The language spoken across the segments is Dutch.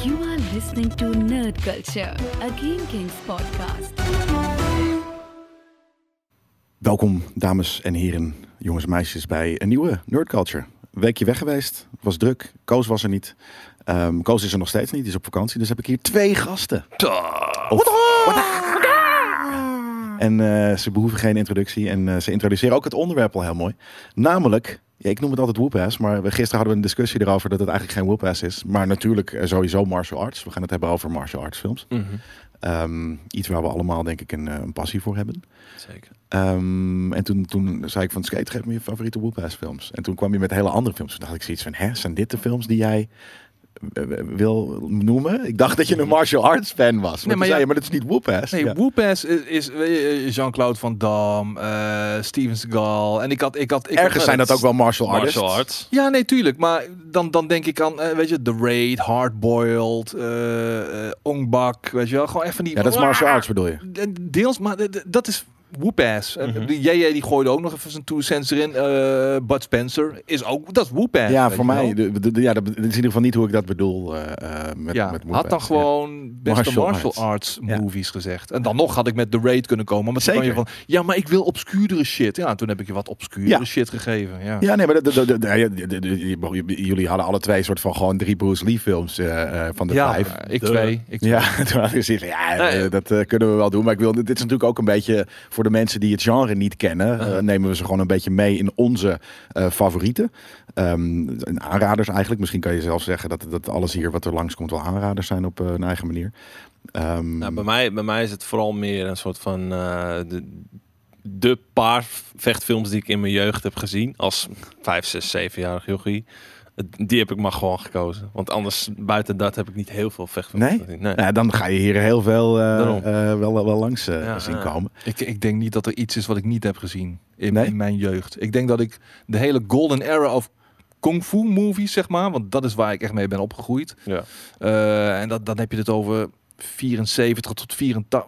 You are listening to Nerd Culture, a Game Kings podcast. Welkom, dames en heren, jongens en meisjes, bij een nieuwe Nerd Culture. Een weekje weg geweest, het was druk, Koos was er niet. Koos is er nog steeds niet, die is op vakantie, dus heb ik hier 2 gasten. En ze behoeven geen introductie en ze introduceren ook het onderwerp al heel mooi. Namelijk, ja, ik noem het altijd Whoop-ass, maar gisteren hadden we een discussie erover dat het eigenlijk geen Whoop-ass is. Maar natuurlijk sowieso martial arts. We gaan het hebben over martial arts films. Mm-hmm. Iets waar we allemaal denk ik een passie voor hebben. Zeker. En toen zei ik van Skate, geef me je favoriete Whoop-ass films. En toen kwam je met hele andere films. Toen dacht ik zoiets van, zijn dit de films die jij wil noemen? Ik dacht dat je een martial arts fan was. Maar, maar maar dat is niet Whoop-ass. Nee, Whoop-ass is Jean-Claude Van Damme, Steven Seagal. En ik had ergens zijn dat ook wel martial arts. Ja, nee, tuurlijk. Maar dan denk ik aan, weet je, The Raid, Hardboiled, Ong Bak, weet je wel. Gewoon echt van die... Ja, dat is martial arts bedoel je? Deels, maar dat is Whoop-ass. JJ die gooide ook nog even zijn 2 cents erin. Bud Spencer is ook, dat is Whoop-ass. Ja, voor mij, dat is in ieder geval niet hoe ik dat bedoel met Whoop-ass. Had dan gewoon beste martial arts movies gezegd. En dan nog had ik met The Raid kunnen komen. Maar dan je van, ja, maar ik wil obscuurdere shit. Ja, toen heb ik je wat obscuurdere shit gegeven. Ja, nee, maar jullie hadden alle 2 soort van gewoon 3 Bruce Lee films van de 5. Ik 2. Ja, toen had ik gezegd, dat kunnen we wel doen. Maar dit is natuurlijk ook een beetje voor de mensen die het genre niet kennen, nemen we ze gewoon een beetje mee in onze favorieten. Aanraders eigenlijk. Misschien kan je zelf zeggen dat alles hier wat er langskomt wel aanraders zijn op een eigen manier. Bij mij is het vooral meer een soort van de paar vechtfilms die ik in mijn jeugd heb gezien als 5, 6, 7-jarig jochie. Die heb ik maar gewoon gekozen. Want anders, buiten dat, heb ik niet heel veel vechtfilms gezien. Nee. Ja, dan ga je hier heel veel wel langs zien komen. Ik denk niet dat er iets is wat ik niet heb gezien in mijn jeugd. Ik denk dat ik de hele golden era of kung fu movies, zeg maar, want dat is waar ik echt mee ben opgegroeid. Ja. En dan heb je het over 74 tot 84.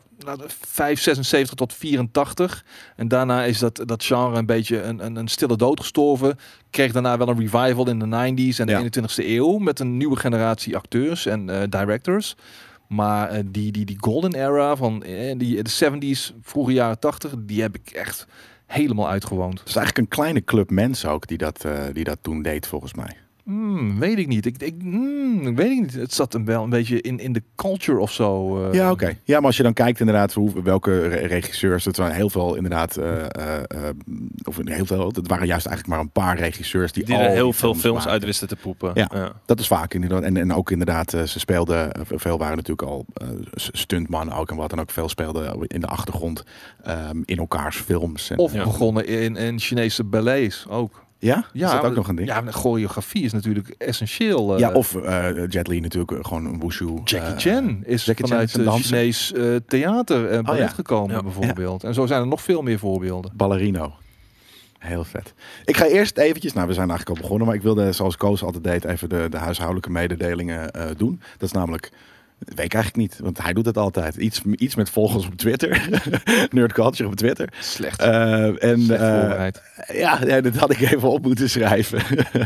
76 tot 84. En daarna is dat genre een beetje een stille dood gestorven. Kreeg daarna wel een revival in de 90s en de 21ste eeuw. Met een nieuwe generatie acteurs en directors. Maar die golden era van de 70s, vroege jaren 80, die heb ik echt helemaal uitgewoond. Het is eigenlijk een kleine club mensen ook die dat toen deed volgens mij. Weet ik niet. Ik weet ik niet. Het zat wel een beetje in de culture of zo. Ja, oké. Ja, maar als je dan kijkt inderdaad welke regisseurs, het waren heel veel inderdaad, het waren juist eigenlijk maar een paar regisseurs die er heel veel films uit wisten te poepen. Ja, dat is vaak inderdaad. En ook inderdaad, ze speelden, veel waren natuurlijk al stuntmannen ook en wat dan ook veel speelden in de achtergrond in elkaars films. Of begonnen in Chinese ballets ook. Ja? Is dat ook nog een ding? Ja, choreografie is natuurlijk essentieel. Ja, of Jet Li natuurlijk gewoon een wushu. Jackie Chan is vanuit Chinees theater gekomen bijvoorbeeld. Ja. En zo zijn er nog veel meer voorbeelden. Ballerino. Heel vet. Ik ga eerst eventjes, we zijn eigenlijk al begonnen, maar ik wilde, zoals Koos altijd deed, even de huishoudelijke mededelingen doen. Dat is namelijk... Dat weet ik eigenlijk niet, want hij doet het altijd. Iets met volgers op Twitter. Nerd Culture op Twitter. Slecht. Slecht voorbereid. Ja, dat had ik even op moeten schrijven.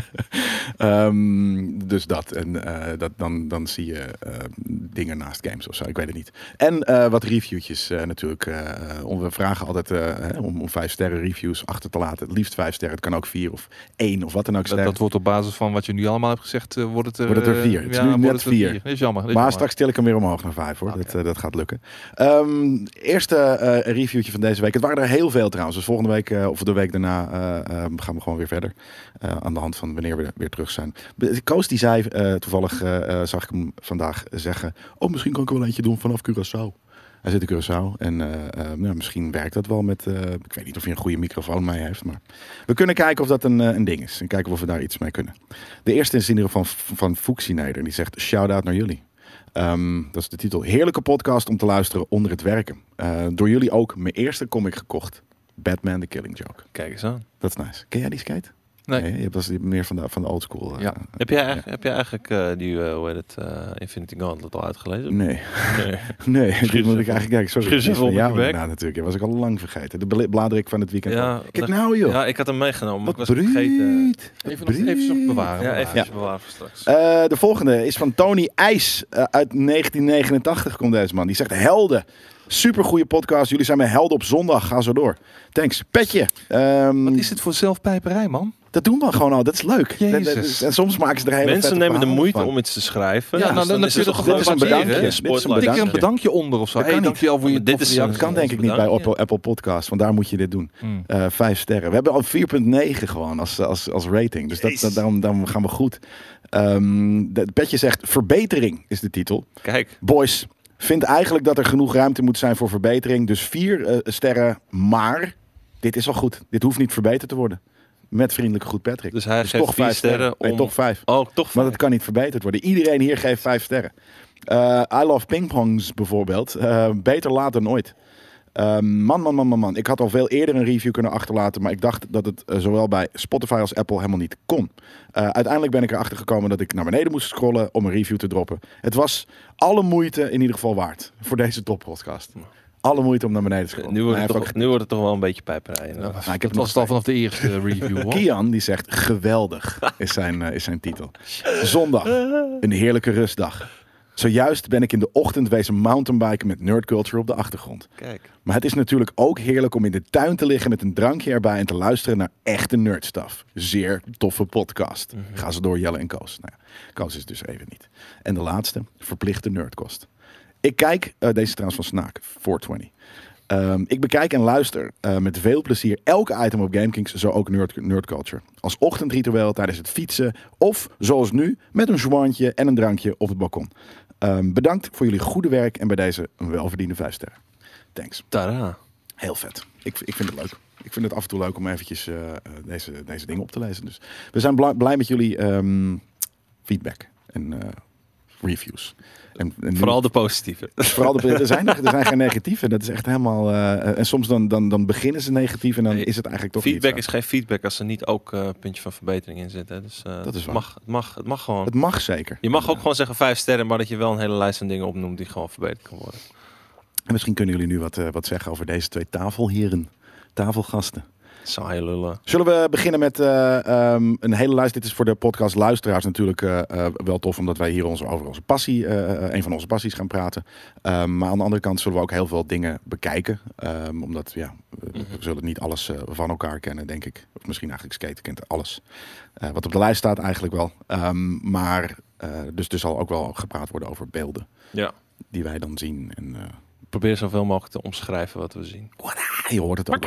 Dus dat. En dan zie je dingen naast games of zo. Ik weet het niet. En wat reviewtjes natuurlijk. We vragen altijd om 5 sterren reviews achter te laten. Het liefst 5 sterren. Het kan ook 4 of 1 of wat dan ook. Dat wordt op basis van wat je nu allemaal hebt gezegd. Wordt het er 4. Het is nu net 4. Dat is jammer. Maar straks stil ik hem weer omhoog naar 5 hoor. Okay. Dat gaat lukken. Eerste reviewtje van deze week. Het waren er heel veel trouwens. Dus volgende week of de week daarna gaan we gewoon weer verder. Aan de hand van wanneer we weer terug zijn. Koos die zei, toevallig zag ik hem vandaag zeggen. Oh, misschien kan ik er wel eentje doen vanaf Curaçao. Hij zit in Curaçao en misschien werkt dat wel met... ik weet niet of hij een goede microfoon mee heeft, maar... We kunnen kijken of dat een ding is. En kijken of we daar iets mee kunnen. De eerste is in ieder geval van Fuxineder. Die zegt, shout-out naar jullie. Dat is de titel. Heerlijke podcast om te luisteren onder het werken. Door jullie ook mijn eerste comic gekocht. Batman The Killing Joke. Kijk eens aan. Dat is nice. Ken jij die skate? Nee, je was meer van de old school. Ja. Heb je eigenlijk die, hoe heet het, Infinity Gauntlet al uitgelezen? Nee. Die moet ik eigenlijk kijken. Sorry, Schiet van jou op je bek. inderdaad natuurlijk. Dat was ik al lang vergeten. De bladerik van het weekend. Ja, Kijk nou joh. Ja, ik had hem meegenomen, maar Wat ik was het vergeten. Even bewaren. Ja, even bewaren voor straks. De volgende is van Tony IJs uit 1989 komt deze man. Die zegt helden. Super goede podcast. Jullie zijn mijn helden op zondag. Ga zo door. Thanks. Petje. Wat is dit voor zelfpijperij, man? Dat doen we gewoon al. Dat is leuk. Jezus. En soms maken ze er hele Mensen nemen de moeite van. om iets te schrijven. Ja, dus dan is kun je het toch dit is een bedankje. waarderen. Dit is een Tik er een bedankje. bedankje onder of zo. Dat kan niet. Dankjewel voor je Dit toffe is reactie. Dat kan denk ik niet bij bedankt. Apple Podcast. Want daar moet je dit doen. 5 sterren. We hebben al 4,9 gewoon als rating. Dus daarom gaan we goed. Het Petje zegt verbetering is de titel. Kijk, Boys, vind eigenlijk dat er genoeg ruimte moet zijn voor verbetering. Dus 4 sterren. Maar dit is al goed. Dit hoeft niet verbeterd te worden. Met vriendelijke goed Patrick. dus hij geeft toch 4 5 sterren. Nee, toch 5. Oh, toch Maar 5. dat kan niet verbeterd worden. Iedereen hier geeft 5 sterren. I Love Pingpongs bijvoorbeeld. Beter laat dan ooit. Man. Ik had al veel eerder een review kunnen achterlaten. Maar ik dacht dat het zowel bij Spotify als Apple helemaal niet kon. Uiteindelijk ben ik erachter gekomen dat ik naar beneden moest scrollen om een review te droppen. Het was alle moeite in ieder geval waard. Voor deze toppodcast. Alle moeite om naar beneden te scrollen. Nu wordt het toch wel een beetje pijperij. Nou, ik heb Het nog was het al vanaf de eerste review, hoor. Kian die zegt geweldig is zijn titel. Zondag, een heerlijke rustdag. Zojuist ben ik in de ochtend wezen mountainbiken met nerdculture op de achtergrond. Kijk. Maar het is natuurlijk ook heerlijk om in de tuin te liggen met een drankje erbij en te luisteren naar echte nerdstuff. Zeer toffe podcast. Ga ze door, Jelle en Koos. Nou ja, Koos is dus even niet. En de laatste, verplichte nerdkost. Ik kijk, deze trouwens van Snaak, 420. Ik bekijk en luister met veel plezier elke item op GameKings, zo ook Nerdculture. Als ochtendritueel tijdens het fietsen of zoals nu met een jointje en een drankje op het balkon. Bedankt voor jullie goede werk en bij deze een welverdiende 5 sterren. Thanks. Tada. Heel vet. Ik vind het leuk. Ik vind het af en toe leuk om eventjes deze dingen op te lezen. Dus we zijn blij met jullie feedback en reviews. En nu, Vooral de positieve. er zijn geen negatieve. Dat is echt helemaal... en soms dan beginnen ze negatief en dan is het eigenlijk toch Feedback niet is geen feedback als er niet ook een puntje van verbetering in zit. Hè. Dus Dat is waar. het mag gewoon. Het mag zeker. Je mag ook gewoon zeggen 5 sterren, maar dat je wel een hele lijst van dingen opnoemt die gewoon verbeterd kan worden. En misschien kunnen jullie nu wat zeggen over deze 2 tafelheren. Tafelgasten. Saaie lullen. Zullen we beginnen met een hele lijst. Dit is voor de podcast luisteraars natuurlijk wel tof, omdat wij hier over onze passie, een van onze passies gaan praten. Maar aan de andere kant zullen we ook heel veel dingen bekijken. Omdat we zullen niet alles van elkaar kennen, denk ik. Of misschien eigenlijk Skate kent alles. Wat op de lijst staat eigenlijk wel. Dus er zal ook wel gepraat worden over beelden. Ja. Die wij dan zien. En, Probeer zoveel mogelijk te omschrijven wat we zien. je hoort het ook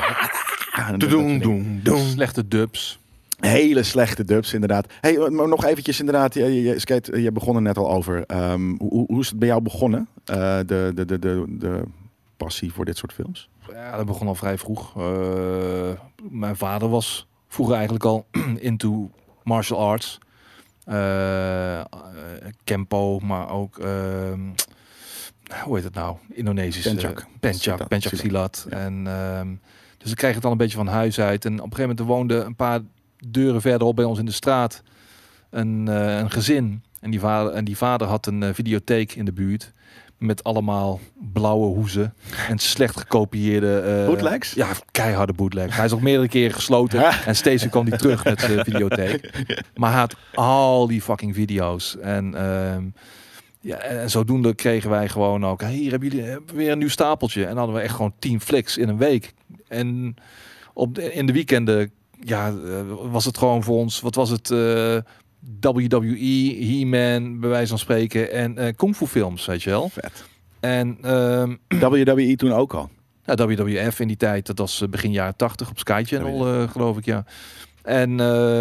Doen. Slechte dubs. Hele slechte dubs, inderdaad. Hey, maar nog eventjes, inderdaad. Skate, je begon er net al over. Hoe is het bij jou begonnen? De passie voor dit soort films? Ja, dat begon al vrij vroeg. Mijn vader was vroeger eigenlijk al into martial arts. Kempo, maar ook... hoe heet het nou? Indonesisch. Pencak Silat. Ja. En... Dus ik kreeg het al een beetje van huis uit. En op een gegeven moment woonde een paar deuren verderop bij ons in de straat een gezin. En die vader had een videotheek in de buurt. Met allemaal blauwe hoezen. En slecht gekopieerde... bootlegs? Ja, keiharde bootlegs. Hij is ook meerdere keren gesloten. En steeds kwam hij terug met de videotheek. Maar hij had al die fucking video's. En zodoende kregen wij gewoon ook... Hier hebben jullie weer een nieuw stapeltje. En dan hadden we echt gewoon 10 flicks in een week. En in de weekenden was het gewoon voor ons... Wat was het? WWE, He-Man, bij wijze van spreken. En Kung Fu films, weet je wel. Vet. En WWE toen ook al? Ja, WWF in die tijd. Dat was begin jaren 80 op Sky Channel, geloof ik, ja. En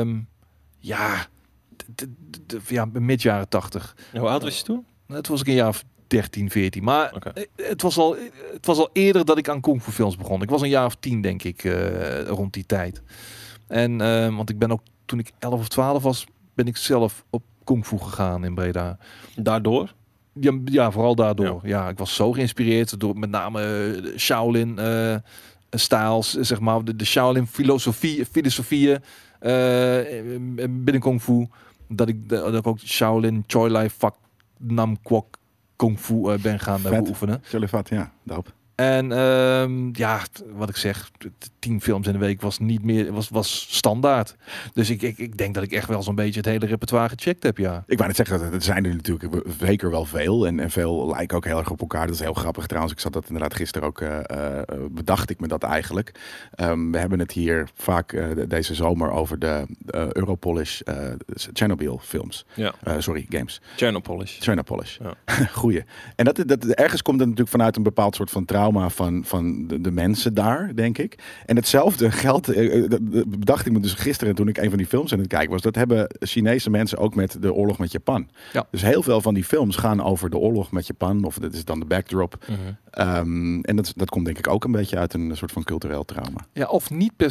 mid jaren 80. Hoe oud was je toen? Het was ik een jaar of 13, 14. Maar het was al eerder dat ik aan Kung Fu films begon. Ik was een jaar of 10, denk ik, rond die tijd. En want ik ben ook, toen ik 11 of 12 was, ben ik zelf op Kung Fu gegaan in Breda. Daardoor? Ja, vooral daardoor. Ja, ik was zo geïnspireerd door met name Shaolin styles, zeg maar, de Shaolin filosofieën. binnen Kung Fu. Dat ik ook Shaolin, Choi Lai Fak, Nam Kwok Kung Fu ben gaan beoefenen. Choi Fat, ja, dope. En wat ik zeg, 10 films in de week was niet meer, was standaard. Dus ik denk dat ik echt wel zo'n beetje het hele repertoire gecheckt heb, ja. Ik wou net zeggen, er zijn er natuurlijk zeker wel veel. En veel lijken ook heel erg op elkaar. Dat is heel grappig trouwens. Ik zat dat inderdaad gisteren ook, bedacht ik me dat eigenlijk. We hebben het hier vaak deze zomer over de Europolish Chernobyl films. Ja. Games. Chernopolish. Ja. Goeie. En dat ergens komt het natuurlijk vanuit een bepaald soort van trauma van de mensen daar, denk ik. En hetzelfde geldt, bedacht ik me dus gisteren toen ik een van die films aan het kijken was, dat hebben Chinese mensen ook met de oorlog met Japan. Ja. Dus heel veel van die films gaan over de oorlog met Japan, of dat is dan de backdrop. Mm-hmm. En dat komt denk ik ook een beetje uit een soort van cultureel trauma. Ja, of niet per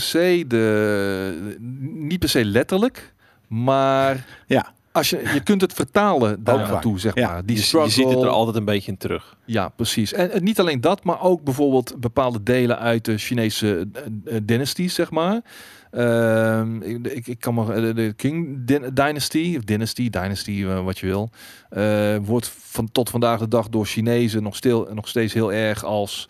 se letterlijk, maar ja. Als je kunt het vertalen daar naartoe, zeg maar. Die je ziet het er altijd een beetje in terug. Ja, precies. En niet alleen dat, maar ook bijvoorbeeld bepaalde delen uit de Chinese dynasties, zeg maar. Ik kan maar de King Dynasty, of Dynasty, wat je wil, wordt tot vandaag de dag door Chinezen nog steeds heel erg als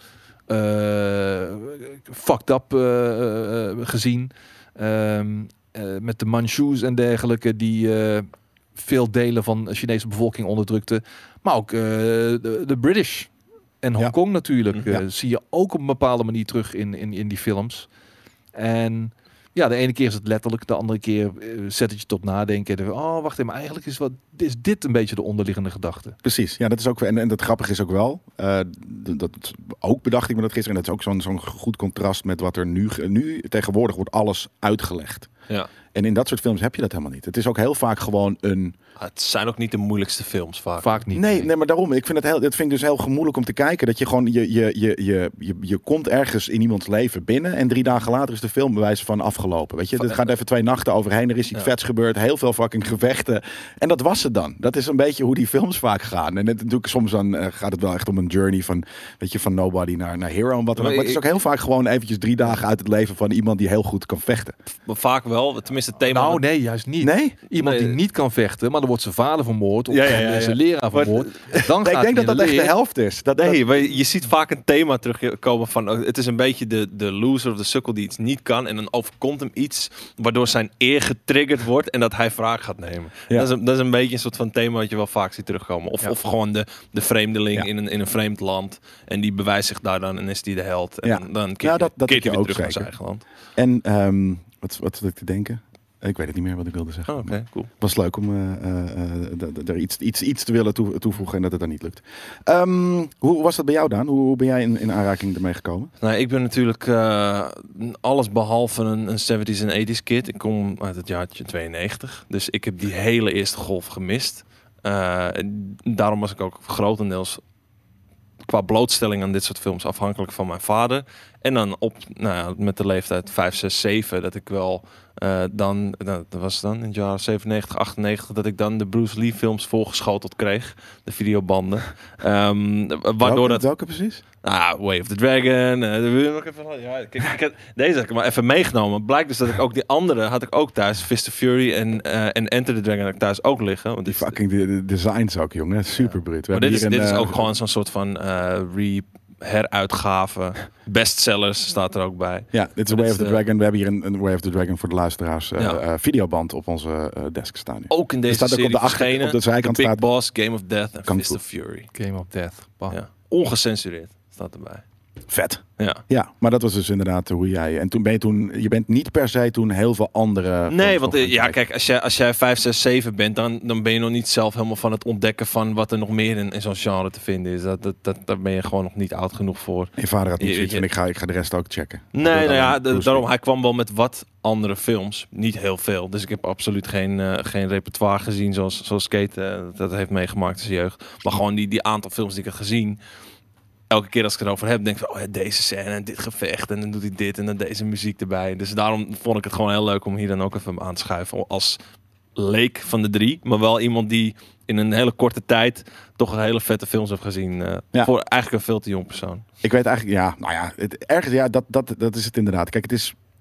fucked up gezien. Met de Manchus en dergelijke die veel delen van de Chinese bevolking onderdrukte. Maar ook de British en Hongkong natuurlijk. Zie je ook op een bepaalde manier terug in die films. En ja, de ene keer is het letterlijk, de andere keer zet het je tot nadenken. En wacht even, maar eigenlijk is dit een beetje de onderliggende gedachte. Precies, ja, dat is ook, en dat grappige is ook wel, dat ook bedacht ik me dat gisteren, en dat is ook zo'n goed contrast met wat er nu tegenwoordig wordt alles uitgelegd. Ja. En in dat soort films heb je dat helemaal niet. Het is ook heel vaak gewoon een... Het zijn ook niet de moeilijkste films vaak. Vaak niet. Nee, maar daarom. Dat vind ik dus heel gemoeilijk om te kijken. Dat je gewoon, je komt ergens in iemands leven binnen en 3 dagen later is de film bij wijze van afgelopen. Weet je, het gaat even 2 nachten overheen. Er is iets vets gebeurd, heel veel fucking gevechten. En dat was het dan. Dat is een beetje hoe die films vaak gaan. En natuurlijk soms dan gaat het wel echt om een journey van, weet je, van nobody naar hero en wat dan ook. Maar het is ook heel vaak gewoon eventjes 3 dagen uit het leven van iemand die heel goed kan vechten. Maar vaak wel, tenminste het thema... Nou, nee, juist niet. Nee? Iemand die niet kan vechten, maar dan wordt zijn vader vermoord of zijn leraar vermoord. Dan ik denk dat echt de helft is. Maar je ziet vaak een thema terugkomen van het is een beetje de loser of de sukkel die iets niet kan en dan overkomt hem iets waardoor zijn eer getriggerd wordt en dat hij wraak gaat nemen. Ja. Dat is een beetje een soort van thema wat je wel vaak ziet terugkomen. Of gewoon de vreemdeling in een vreemd land en die bewijst zich daar dan en is die de held. En dan keert hij weer terug naar zijn eigen land. En wat zat ik te denken? Ik weet het niet meer wat ik wilde zeggen. Oké, cool. Het was leuk om er iets te willen toevoegen en dat het dan niet lukt. Hoe was dat bij jou, Daan? Hoe ben jij in aanraking ermee gekomen? Nou, ik ben natuurlijk alles behalve een 70s en 80s kid. Ik kom uit het jaartje 92. Dus ik heb die hele eerste golf gemist. Daarom was ik ook grotendeels qua blootstelling aan dit soort films afhankelijk van mijn vader. En dan met de leeftijd 5, 6, 7 dat ik wel dat was dan in het jaar 97, 98 dat ik dan de Bruce Lee films volgeschoteld kreeg. De videobanden. Waardoor welke precies? Way of the Dragon. Deze had ik maar even meegenomen. Blijkt dus dat ik ook die andere had ik ook thuis. Fist of Fury en Enter the Dragon had ik thuis ook liggen. Want die fucking de designs ook, jongen. Super bruut. Maar dit is ook gewoon zo'n soort van heruitgave. Bestsellers staat er ook bij. Ja, dit is Way of the Dragon. We hebben hier een Way of the Dragon voor de luisteraars videoband op onze desk staan nu. Ook in deze serie op de verschenen. Op de zijkant Big Boss, Game of Death en Fist of Fury. Game of Death. Ja. Ongecensureerd staat erbij. Vet. Ja, maar dat was dus inderdaad hoe jij... En je bent niet per se toen heel veel andere... Nee, want kijk, als jij 5, 6, 7 bent, dan ben je nog niet zelf helemaal van het ontdekken van wat er nog meer in zo'n genre te vinden is. Daar ben je gewoon nog niet oud genoeg voor. Je vader had niet zoiets van, ik ga de rest ook checken. Nee, daarom, hij kwam wel met wat andere films. Niet heel veel. Dus ik heb absoluut geen repertoire gezien zoals Kate dat heeft meegemaakt in zijn jeugd. Maar gewoon die aantal films die ik heb gezien... Elke keer als ik erover heb, denk ik van, deze scène en dit gevecht en dan doet hij dit en dan deze muziek erbij. Dus daarom vond ik het gewoon heel leuk om hier dan ook even aan te schuiven als leek van de 3, maar wel iemand die in een hele korte tijd toch een hele vette films heeft gezien. Voor eigenlijk een veel te jong persoon. Ik weet eigenlijk, dat is het inderdaad. Kijk, het is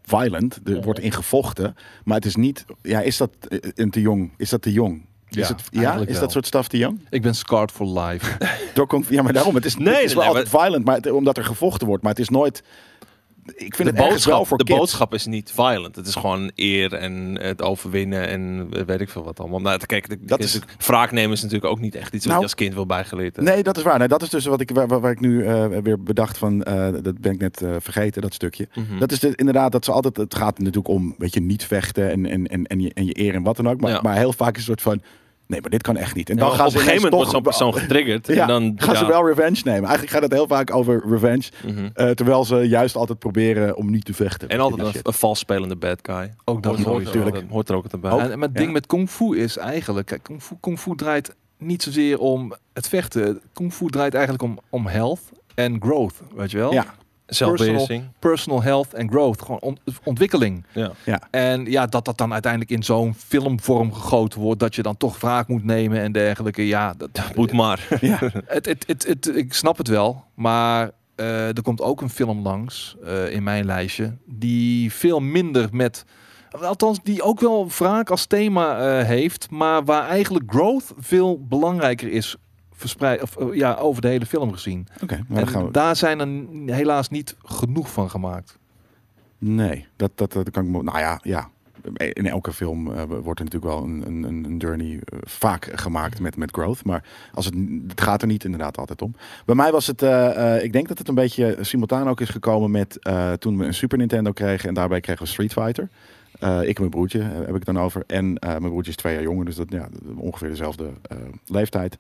violent. Er wordt in gevochten. Maar het is niet... Ja, is dat te jong? Is dat te jong? Is dat soort stuff te jong? Ik ben scarred for life. Ja, maar daarom. Het is wel altijd violent, maar omdat er gevochten wordt. Maar het is nooit... Ik vind de boodschap is niet violent. Het is gewoon eer en het overwinnen en weet ik veel wat allemaal. Nou, kijk, wraak nemen is natuurlijk ook niet echt iets wat je als kind wil bijgeleerd hebben. Nee, dat is waar. Nee, dat is dus waar ik nu weer bedacht van. Dat ben ik net vergeten, dat stukje. Mm-hmm. Dat is inderdaad dat ze altijd. Het gaat natuurlijk om, weet je, niet vechten en je eer en wat dan ook. Maar heel vaak is het soort van. Nee, maar dit kan echt niet. En dan gaan op een gegeven moment wordt zo'n persoon getriggerd. En dan gaan ze wel revenge nemen. Eigenlijk gaat het heel vaak over revenge. Mm-hmm. Terwijl ze juist altijd proberen om niet te vechten. En altijd een vals spelende bad guy. Ook dat hoort er ook bij. En het ding met kung fu is eigenlijk... Kijk, kung fu draait niet zozeer om het vechten. Kung fu draait eigenlijk om health en growth. Weet je wel? Ja. Zelfbeheersing. Personal health en growth. Gewoon ontwikkeling. Ja. En dat dan uiteindelijk in zo'n filmvorm gegoten wordt. Dat je dan toch wraak moet nemen en dergelijke. Ja, dat moet maar. Ja. Ik snap het wel. Maar er komt ook een film langs in mijn lijstje. Die veel minder met... Althans, die ook wel wraak als thema heeft. Maar waar eigenlijk growth veel belangrijker is. Verspreid over de hele film gezien. Okay, daar zijn er helaas niet genoeg van gemaakt. Nee, dat kan ik... Nou ja. In elke film wordt er natuurlijk wel een journey vaak gemaakt met growth. Maar het gaat er niet inderdaad altijd om. Bij mij was het... ik denk dat het een beetje simultaan ook is gekomen met... toen we een Super Nintendo kregen. En daarbij kregen we Street Fighter. Ik en mijn broertje heb ik het dan over. En mijn broertje is 2 jaar jonger. Dus dat ongeveer dezelfde leeftijd.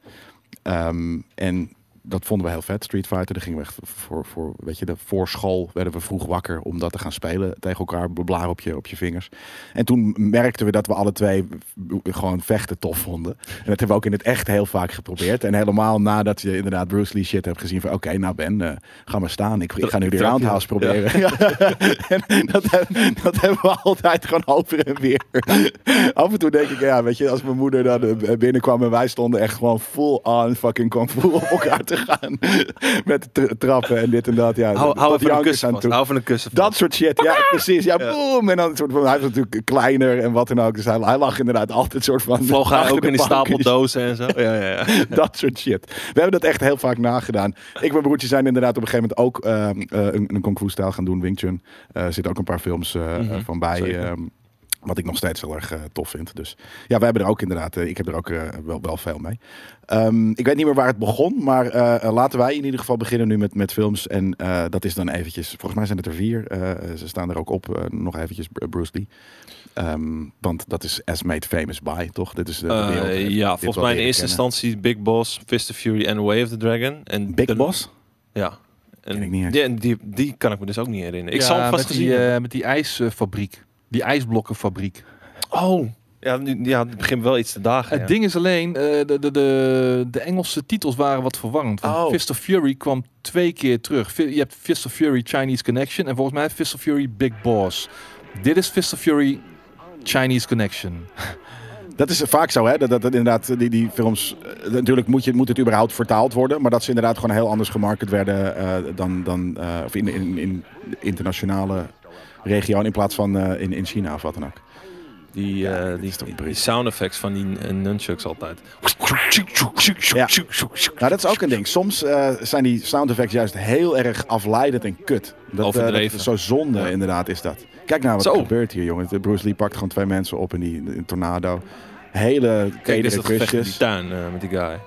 En dat vonden we heel vet, Street Fighter. Daar gingen we echt voor school werden we vroeg wakker om dat te gaan spelen tegen elkaar, blaar op je vingers. En toen merkten we dat we alle twee gewoon vechten tof vonden. En dat hebben we ook in het echt heel vaak geprobeerd. En helemaal nadat je inderdaad Bruce Lee shit hebt gezien van oké, nou Ben, ga maar staan. Ik ga nu de roundhouse proberen. Ja. En dat hebben we altijd gewoon over en weer. Af en toe denk ik, weet je, als mijn moeder dan binnenkwam en wij stonden echt gewoon full on fucking kung fu op elkaar te gaan. Met trappen en dit en dat. Ja, hou van een kussen. Dat soort shit. Ja, precies. Ja, boom. En dan soort van, hij was natuurlijk kleiner en wat dan ook. Dus hij lag inderdaad altijd soort van... Vloog hij ook in die stapeldozen en zo. Ja. Dat soort shit. We hebben dat echt heel vaak nagedaan. Ik en mijn broertje zijn inderdaad op een gegeven moment ook een kung fu stijl gaan doen. Wing Chun. Er zitten ook een paar films van bij... wat ik nog steeds heel erg tof vind. Dus ja, wij hebben er ook inderdaad... ik heb er ook wel veel mee. Ik weet niet meer waar het begon. Maar laten wij in ieder geval beginnen nu met films. En dat is dan eventjes... Volgens mij zijn het er 4. Ze staan er ook op. Nog eventjes Bruce Lee. Want dat is As Made Famous By, toch? Dit is de wereld. Volgens mij in eerste instantie Big Boss, Fist of Fury en Way of the Dragon. En Big Boss? Ja. Ken ik niet die kan ik me dus ook niet herinneren. Ik zal het vast gezien met die ijsfabriek. Die ijsblokkenfabriek. Oh, het begint wel iets te dagen. Het ding is alleen, de Engelse titels waren wat verwarrend. Fist of Fury kwam 2 keer terug. Je hebt Fist of Fury Chinese Connection en volgens mij Fist of Fury Big Boss. Dit is Fist of Fury Chinese Connection. Dat is vaak zo, hè? Dat inderdaad die films... natuurlijk moet het überhaupt vertaald worden. Maar dat ze inderdaad gewoon heel anders gemarket werden dan of in internationale regio in plaats van in China of wat dan ook. Die sound effects van die nunchucks altijd. Ja. Nou, dat is ook een ding. Soms zijn die sound effects juist heel erg afleidend en kut. Dat is zo zonde, inderdaad, is dat. Kijk nou wat er gebeurt hier, jongen. Bruce Lee pakt gewoon 2 mensen op in die tornado. Hele kedere kusjes. In die tuin met die guy.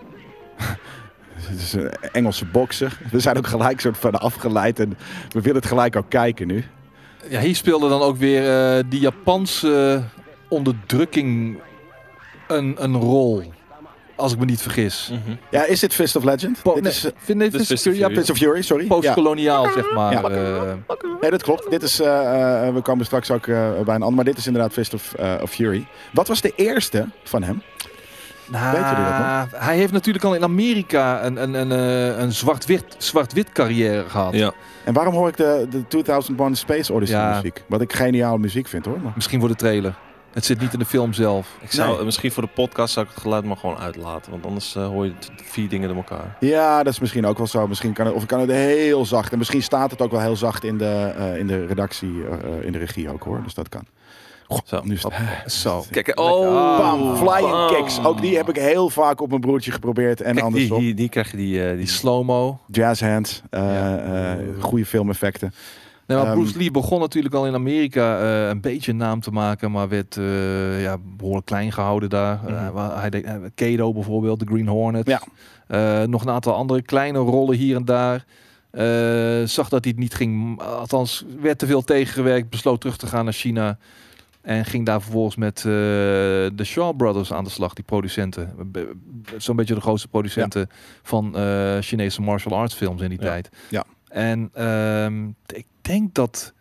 Het is een Engelse bokser. We zijn ook gelijk soort van afgeleid en we willen het gelijk ook kijken nu. Ja, hier speelde dan ook weer die Japanse onderdrukking een rol. Als ik me niet vergis. Mm-hmm. Ja, is dit Fist of Legend? Fist of Fury, sorry. Postkoloniaal, zeg maar. Ja. Nee, dat klopt. Dit is, we komen straks ook bij een ander, maar dit is inderdaad Fist of Fury. Wat was de eerste van hem? Nou, weet jullie dat nog? Hij heeft natuurlijk al in Amerika een zwart-wit carrière gehad. Ja. En waarom hoor ik de 2001 Space Odyssey muziek? Wat ik geniale muziek vind, hoor. Maar... Misschien voor de trailer. Het zit niet in de film zelf. Ik zou misschien voor de podcast zou ik het geluid maar gewoon uitlaten. Want anders hoor je 4 dingen door elkaar. Ja, dat is misschien ook wel zo. Misschien kan het heel zacht. En misschien staat het ook wel heel zacht in de redactie, in de regie ook hoor. Dus dat kan. Zo. Nu is het, Zo. Kijk, bam, flying kicks. Ook die heb ik heel vaak op mijn broertje geprobeerd. En kijk, andersom. die krijg je die slow-mo. Jazz hands. Goede filmeffecten. Nee, maar Bruce Lee begon natuurlijk al in Amerika een beetje naam te maken, maar werd behoorlijk klein gehouden daar. Hij deed Kato bijvoorbeeld, The Green Hornet. Ja. Nog een aantal andere kleine rollen hier en daar. Zag dat hij het niet ging, althans werd te veel tegengewerkt, besloot terug te gaan naar China. En ging daar vervolgens met de Shaw Brothers aan de slag, die producenten. Zo'n beetje de grootste producenten van Chinese martial arts films in die tijd. Ja. En ik denk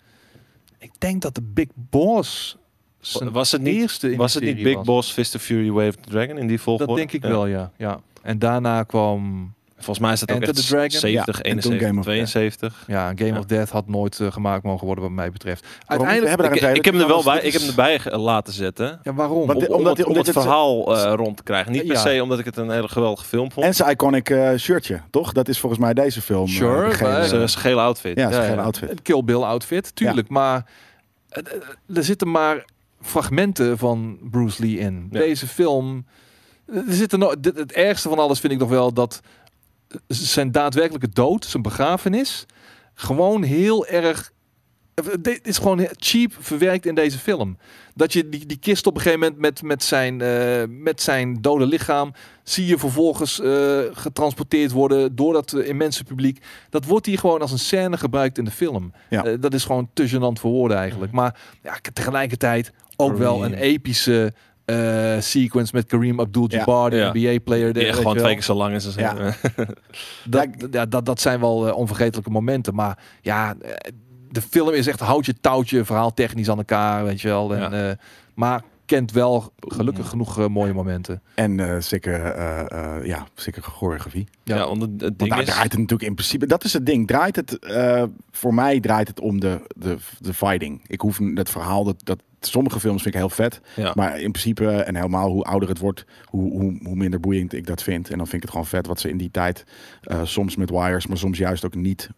dat de Big Boss was het niet Big Boss, Fist of Fury, Way of the Dragon in die volgorde? Dat denk ik wel, ja. En daarna kwam... Volgens mij is het ook Enter echt the Dragon. 70, 71, 72. Ja, Game of Death had nooit gemaakt mogen worden wat mij betreft. Uiteindelijk ik heb hem er wel bij. Ik heb hem erbij laten zetten. Ja, waarom? Om het verhaal rond te krijgen. Niet per se omdat ik het een hele geweldige film vond. En zijn iconic shirtje, toch? Dat is volgens mij deze film. Zijn gele outfit. Ja, zijn gele outfit. Een Kill Bill outfit, tuurlijk. Ja. Maar er zitten maar fragmenten van Bruce Lee in. Ja. Deze film... Er zitten het ergste van alles vind ik nog wel dat zijn daadwerkelijke dood, zijn begrafenis, gewoon heel erg... Dit is gewoon cheap verwerkt in deze film. Dat je die kist op een gegeven moment met zijn dode lichaam zie je vervolgens getransporteerd worden door dat immense publiek. Dat wordt hier gewoon als een scène gebruikt in de film. Ja. Dat is gewoon te gênant voor woorden eigenlijk. Maar ja, tegelijkertijd ook wel een epische sequence met Kareem Abdul-Jabbar, de NBA-player. Die gewoon 2 keer zo lang is als dat zijn wel onvergetelijke momenten. Maar ja... De film is echt houtje touwtje, verhaal technisch aan elkaar, weet je wel. En, maar kent wel gelukkig genoeg mooie momenten. En zeker choreografie. Ja, want het ding daar draait het natuurlijk in principe. Dat is het ding. Voor mij draait het om de fighting. Ik hoef het verhaal dat sommige films vind ik heel vet. Ja. Maar in principe, en helemaal hoe ouder het wordt, hoe minder boeiend ik dat vind. En dan vind ik het gewoon vet wat ze in die tijd soms met wires, maar soms juist ook niet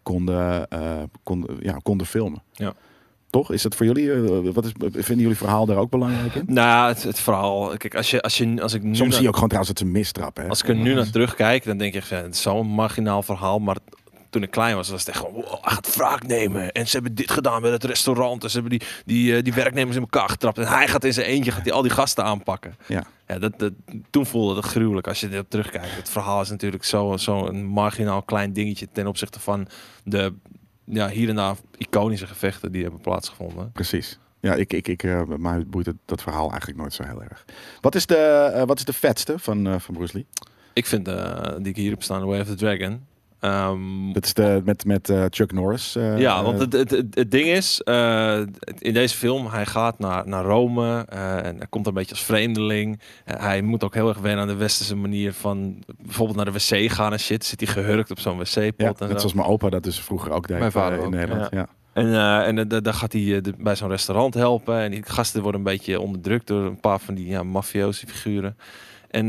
konden filmen. Ja. Toch? Is dat voor jullie? Vinden jullie verhaal daar ook belangrijk in? Nou, het verhaal. Kijk, als ik nu soms zie je ook gewoon trouwens dat ze mistrappen. Als ik er nu naar terugkijk, dan denk je, het is zo'n marginaal verhaal, maar toen ik klein was het echt gewoon, hij gaat wraak nemen. En ze hebben dit gedaan met het restaurant. En ze hebben die werknemers in elkaar getrapt. En hij gaat in zijn eentje al die gasten aanpakken. Ja. Toen voelde het gruwelijk als je erop terugkijkt. Het verhaal is natuurlijk zo'n marginaal klein dingetje ten opzichte van de hier en daar iconische gevechten die hebben plaatsgevonden. Precies. Ja, mij boeit dat verhaal eigenlijk nooit zo heel erg. Wat is de vetste van Bruce Lee? Ik vind die ik hier heb staan, The Way of the Dragon. Dat is met Chuck Norris. Want het ding is, in deze film, hij gaat naar Rome en hij komt een beetje als vreemdeling. Hij moet ook heel erg wennen aan de westerse manier van bijvoorbeeld naar de wc gaan en shit. Zit hij gehurkt op zo'n wc-pot. Ja, net zoals mijn opa dat dus vroeger ook deed. Mijn vader in Nederland. Ja. En dan gaat hij bij zo'n restaurant helpen. En die gasten worden een beetje onderdrukt door een paar van die mafiosi figuren. En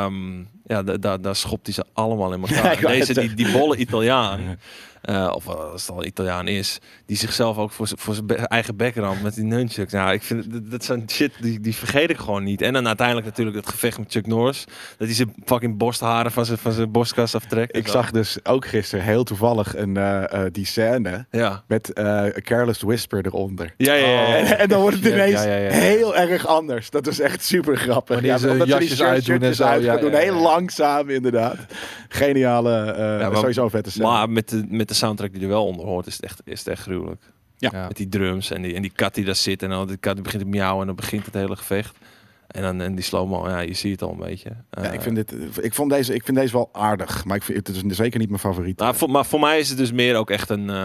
daar schopt hij ze allemaal in elkaar. Deze, die bolle Italiaan, of als het al Italiaan is, die zichzelf ook voor zijn eigen background met die nunchucks. Nou, ik vind dat zijn shit, die vergeet ik gewoon niet. En dan uiteindelijk natuurlijk het gevecht met Chuck Norris. Dat hij zijn fucking borstharen van zijn borstkas aftrekt. Ik zag dus ook gisteren heel toevallig die scène met Careless Whisper eronder. Ja. En dan wordt het ineens heel erg anders. Dat is echt super grappig. Omdat ze jasjes uitdoen en zo. Doen heel langzaam inderdaad. Geniale, sowieso vette scène. Maar met de soundtrack die er wel onder hoort, is het echt gruwelijk. Ja. Met die drums en die kat die daar zit. En dan die kat die begint te miauwen en dan begint het hele gevecht. En dan die slow-mo, je ziet het al een beetje. Ik vind deze wel aardig. Maar het is zeker niet mijn favoriet. Maar voor mij is het dus meer ook echt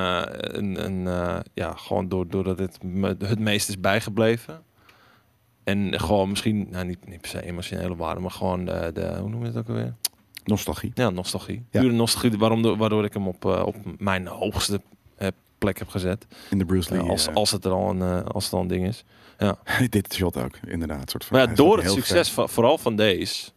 gewoon doordat het meest is bijgebleven. En gewoon misschien, niet per se emotionele waarde, maar gewoon hoe noem je het ook alweer? Nostalgie. Ja, nostalgie. Pure nostalgie, waardoor ik hem op mijn hoogste heb plek heb gezet. In de Bruce Lee. Als het al een ding is. Ja. Dit shot ook, inderdaad. Soort van, Maar ja, door het succes vooral van deze...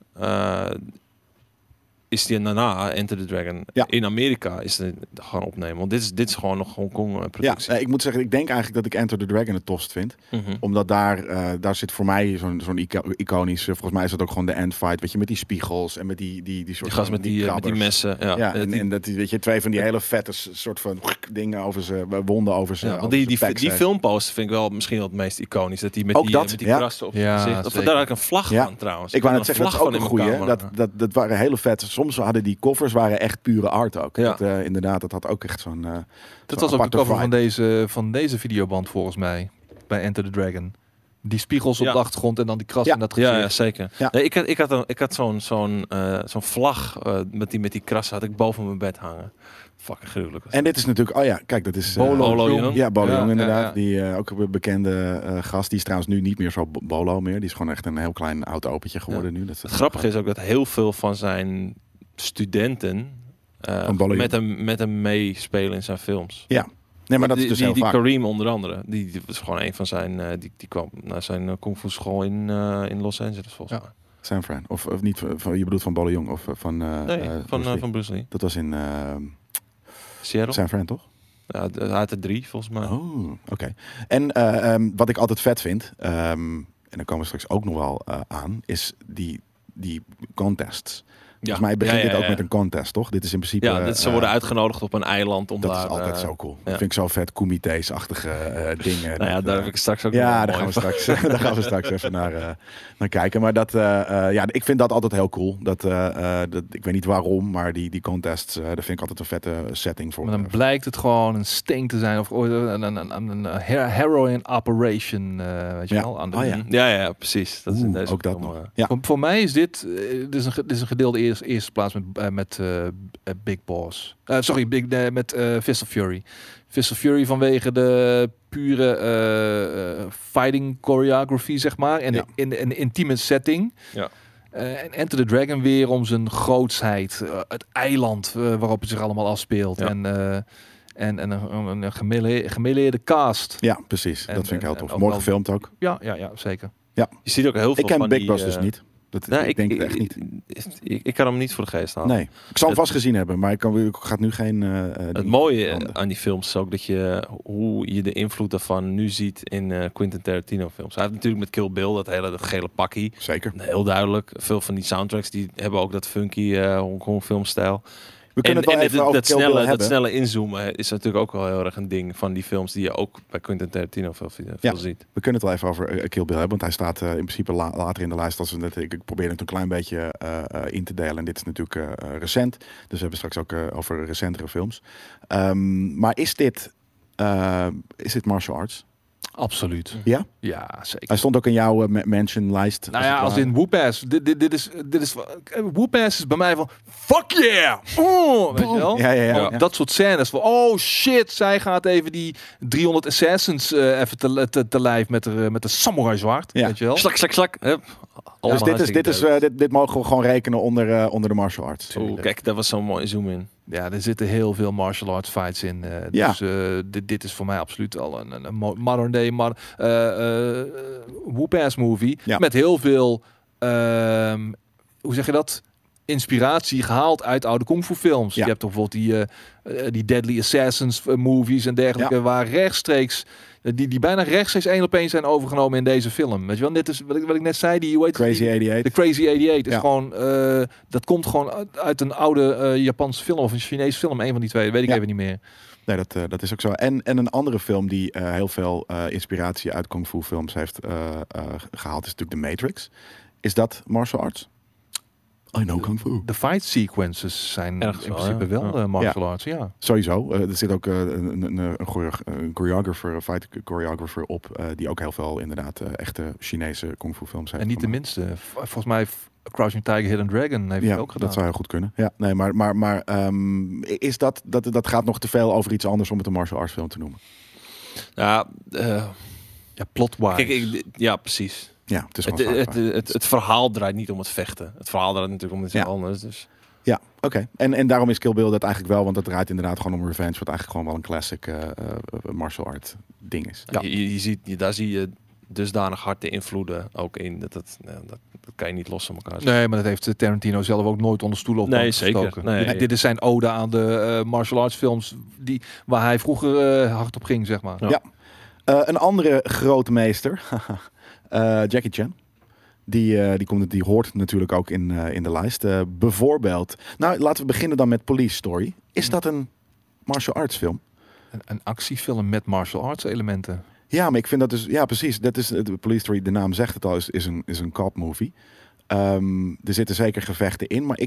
is die daarna Enter the Dragon in Amerika is het gaan opnemen. Want dit is gewoon nog Hongkong productie. Ja, ik moet zeggen, ik denk eigenlijk dat ik Enter the Dragon het tofst vind. Omdat daar zit voor mij zo'n iconisch... volgens mij is dat ook gewoon de endfight. Weet je, met die spiegels en met die soort gast met die messen. Ja. En dat weet je, 2 van die hele vette soort van dingen over ze, wonden over ze. Ja, want die filmposter vind ik wel misschien wel het meest iconisch. Dat die met die krassen op zijn gezicht. Daar had ik een vlag van trouwens. Ik wou net zeggen, dat is ook een goeie. Dat waren hele vette... Soms hadden die covers echt pure art ook. Ja. Inderdaad, dat had ook echt zo'n... dat was ook de cover van deze videoband volgens mij. Bij Enter the Dragon. Die spiegels op de achtergrond en dan die kras in dat gezicht. Ja, zeker. Ja. Nee, ik had zo'n vlag met die krassen had ik boven mijn bed hangen. Fucking gruwelijk. En dit is natuurlijk... kijk, dat is... Bolo Young. Ja, Bolo Young inderdaad. Ja. Die ook een bekende gast. Die is trouwens nu niet meer zo Bolo meer. Die is gewoon echt een heel klein oud opentje geworden nu. Het grappige is ook dat heel veel van zijn studenten met hem meespelen in zijn films. Ja. Nee, maar dat is dus heel vaak. Kareem onder andere. Die was gewoon een van zijn... die kwam naar zijn kung fu school in Los Angeles volgens mij. San Fran. Of niet, je bedoelt van Bolo Young of van... van Bruce Lee. Dat was in... Seattle? San Fran, toch? Ja, hij had er 3 volgens mij. Oh, oké. En wat ik altijd vet vind... en daar komen we straks ook nog wel aan... is die contests. Volgens mij begint dit ook met een contest, toch? Dit is in principe... Ja, ze worden uitgenodigd op een eiland om dat daar... Dat is altijd zo cool. Dat vind ik zo vet. Comité's-achtige dingen. Nou ja, daar heb ik straks ook daar gaan we straks even naar kijken. Maar ik vind dat altijd heel cool. Ik weet niet waarom, maar die contests, daar vind ik altijd een vette setting voor. Maar dan blijkt het gewoon een sting te zijn of een heroin operation, weet je wel? Ja, precies. Dat is in deze ook dat nog. Voor mij is dit is een gedeelde eerste plaats met Big Boss. Met Fist of Fury. Fist of Fury vanwege de pure fighting choreography, zeg maar. En een intieme setting. Ja. En Enter the Dragon weer om zijn grootsheid. Het eiland waarop het zich allemaal afspeelt. Ja. En een gemêleerde cast. Ja, precies. Dat vind ik heel tof. Mooi gefilmd ook. Ja, zeker. Ja. Je ziet ook heel veel van Big Boss dus niet. Ik denk het echt niet. Ik kan hem niet voor de geest halen. Nee, ik zal hem vast gezien hebben, maar ik ga nu geen... het mooie aan die films is ook dat hoe je de invloed daarvan nu ziet in Quentin Tarantino films. Hij heeft natuurlijk met Kill Bill dat gele pakkie. Zeker. Heel duidelijk. Veel van die soundtracks die hebben ook dat funky Hongkong filmstijl. We kunnen het wel even over Kill Bill hebben. Dat snelle inzoomen is natuurlijk ook wel heel erg een ding van die films die je ook bij Quentin Tarantino veel ziet. We kunnen het wel even over Kill Bill hebben, want hij staat in principe later in de lijst. Als ik probeer het een klein beetje in te delen. En dit is natuurlijk recent, dus we hebben straks ook over recentere films. Maar is dit martial arts? Absoluut. Ja? Ja, zeker. Hij stond ook in jouw mentionlijst. Nou ja, als in Whoop-Ass. Dit is Whoop-Ass is bij mij van fuck yeah! Weet je wel? Ja. Dat soort scènes van oh shit, zij gaat even die 300 assassins even te lijf met de samurai zwaard. Ja. Weet je wel? Slak. Dus dit mogen we gewoon rekenen onder de martial arts. Kijk, dat was zo'n mooi zoom in. Ja, er zitten heel veel martial arts fights in. Dus dit is voor mij absoluut al een modern day Whoop-Ass movie. Ja. Met heel veel, hoe zeg je dat? Inspiratie gehaald uit oude kung fu films. Ja. Je hebt toch bijvoorbeeld die Deadly Assassins movies en dergelijke, waar rechtstreeks die bijna rechtstreeks 1 op 1 zijn overgenomen in deze film. Weet je wel, dit is wat ik net zei, die Crazy 88. De Crazy 88 is gewoon dat komt gewoon uit een oude Japanse film of een Chinese film, een van die twee, weet ik even niet meer. Nee, dat is ook zo. En een andere film die heel veel inspiratie uit kung fu films heeft gehaald is natuurlijk The Matrix. Is dat martial arts? I know kung fu. De fight sequences zijn in principe wel martial arts, ja. Sowieso. Er zit ook een choreographer, fight choreographer op, die ook heel veel inderdaad echte Chinese kung fu films heeft. En niet de minste. Volgens mij Crouching Tiger, Hidden Dragon heeft het ook gedaan. Dat zou heel goed kunnen. Ja, nee, maar is dat gaat nog te veel over iets anders om het een martial arts film te noemen? Ja, plot-wise. Kijk, ja, precies. Ja, het is het verhaal draait niet om het vechten. Het verhaal draait natuurlijk om iets anders. Dus. Ja, oké. En daarom is Kill Bill dat eigenlijk wel, want dat draait inderdaad gewoon om revenge, wat eigenlijk gewoon wel een classic martial art ding is. Ja. Je ziet, daar zie je dusdanig hard de invloeden ook in. Dat kan je niet los van elkaar zetten. Nee, maar dat heeft Tarantino zelf ook nooit onder stoel op zeker. Nee. Dit is zijn ode aan de martial arts films waar hij vroeger hard op ging, zeg maar. Ja. Een andere grote meester, Jackie Chan. Die hoort natuurlijk ook in de lijst. Bijvoorbeeld, nou laten we beginnen dan met Police Story. Is dat een martial arts film? Een actiefilm met martial arts elementen. Ja, maar ik vind dat dus... Ja, precies. Dat is de Police Story. De naam zegt het al, is een cop movie. Er zitten zeker gevechten in, maar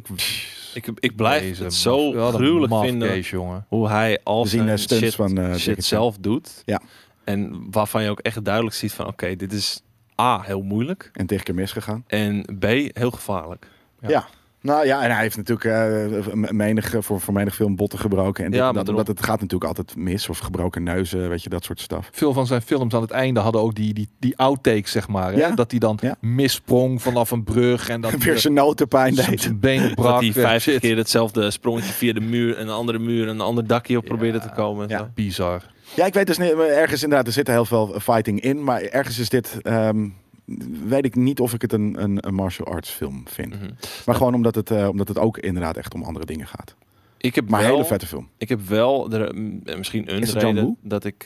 ik blijf het zo gruwelijk vinden, jongen. Hoe hij al zijn stunts van shit zelf doet. Ja. En waarvan je ook echt duidelijk ziet van, oké, dit is A, heel moeilijk. En tegen keer misgegaan. En B, heel gevaarlijk. Ja. Nou ja, en hij heeft natuurlijk voor menig film botten gebroken. En dat het gaat natuurlijk altijd mis. Of gebroken neuzen, weet je, dat soort stuff. Veel van zijn films aan het einde hadden ook die outtakes, zeg maar. Ja? Hè? Dat hij dan missprong vanaf een brug. En dat weer zijn notenpijn deed. Zijn benen brak. Dat hij 50 keer hetzelfde sprongetje via de muur, een andere muur, een ander dakje op probeerde te komen. Ja. Zo. Bizar. Ja, ik weet dus niet, ergens inderdaad, er zit heel veel fighting in. Maar ergens is dit... weet ik niet of ik het een martial arts film vind. Mm-hmm. Maar gewoon omdat het ook inderdaad echt om andere dingen gaat. Maar een hele vette film. Ik heb wel misschien een reden dat ik...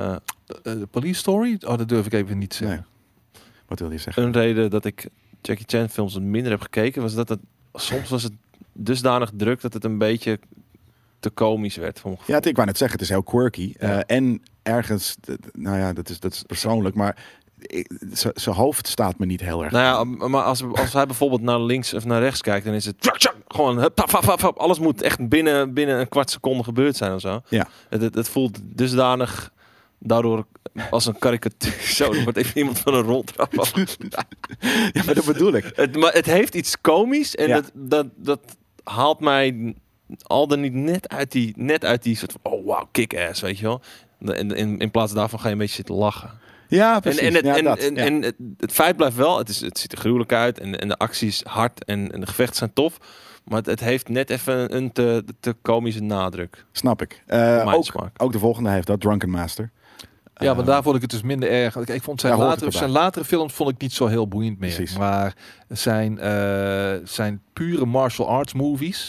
de Police Story? Oh, dat durf ik even niet te zeggen. Nee. Wat wil je zeggen? Een reden dat ik Jackie Chan films minder heb gekeken was dat soms was het dusdanig druk dat het een beetje te komisch werd. Ja, ik wou net zeggen, het is heel quirky. Ja. En ergens, nou ja, dat is persoonlijk, maar zijn hoofd staat me niet heel erg. Nou ja, maar als hij bijvoorbeeld naar links of naar rechts kijkt, dan is het gewoon alles moet echt binnen een kwart seconde gebeurd zijn of zo. Ja. Het voelt dusdanig daardoor als een karikatuur. Zo, er wordt even iemand van een roltrap af. Ja, maar dat bedoel ik. Maar het heeft iets komisch en dat haalt mij al dan niet net uit die soort van, oh wow, kick-ass, weet je wel. In plaats daarvan ga je een beetje zitten lachen. Ja, precies. En het feit blijft wel, het ziet er gruwelijk uit en de actie is hard en de gevechten zijn tof. Maar het heeft net even een te komische nadruk. Snap ik. Ook de volgende heeft dat, Drunken Master. Ja, maar daar vond ik het dus minder erg. Ik vond zijn latere films vond ik niet zo heel boeiend meer. Precies. Maar zijn pure martial arts movies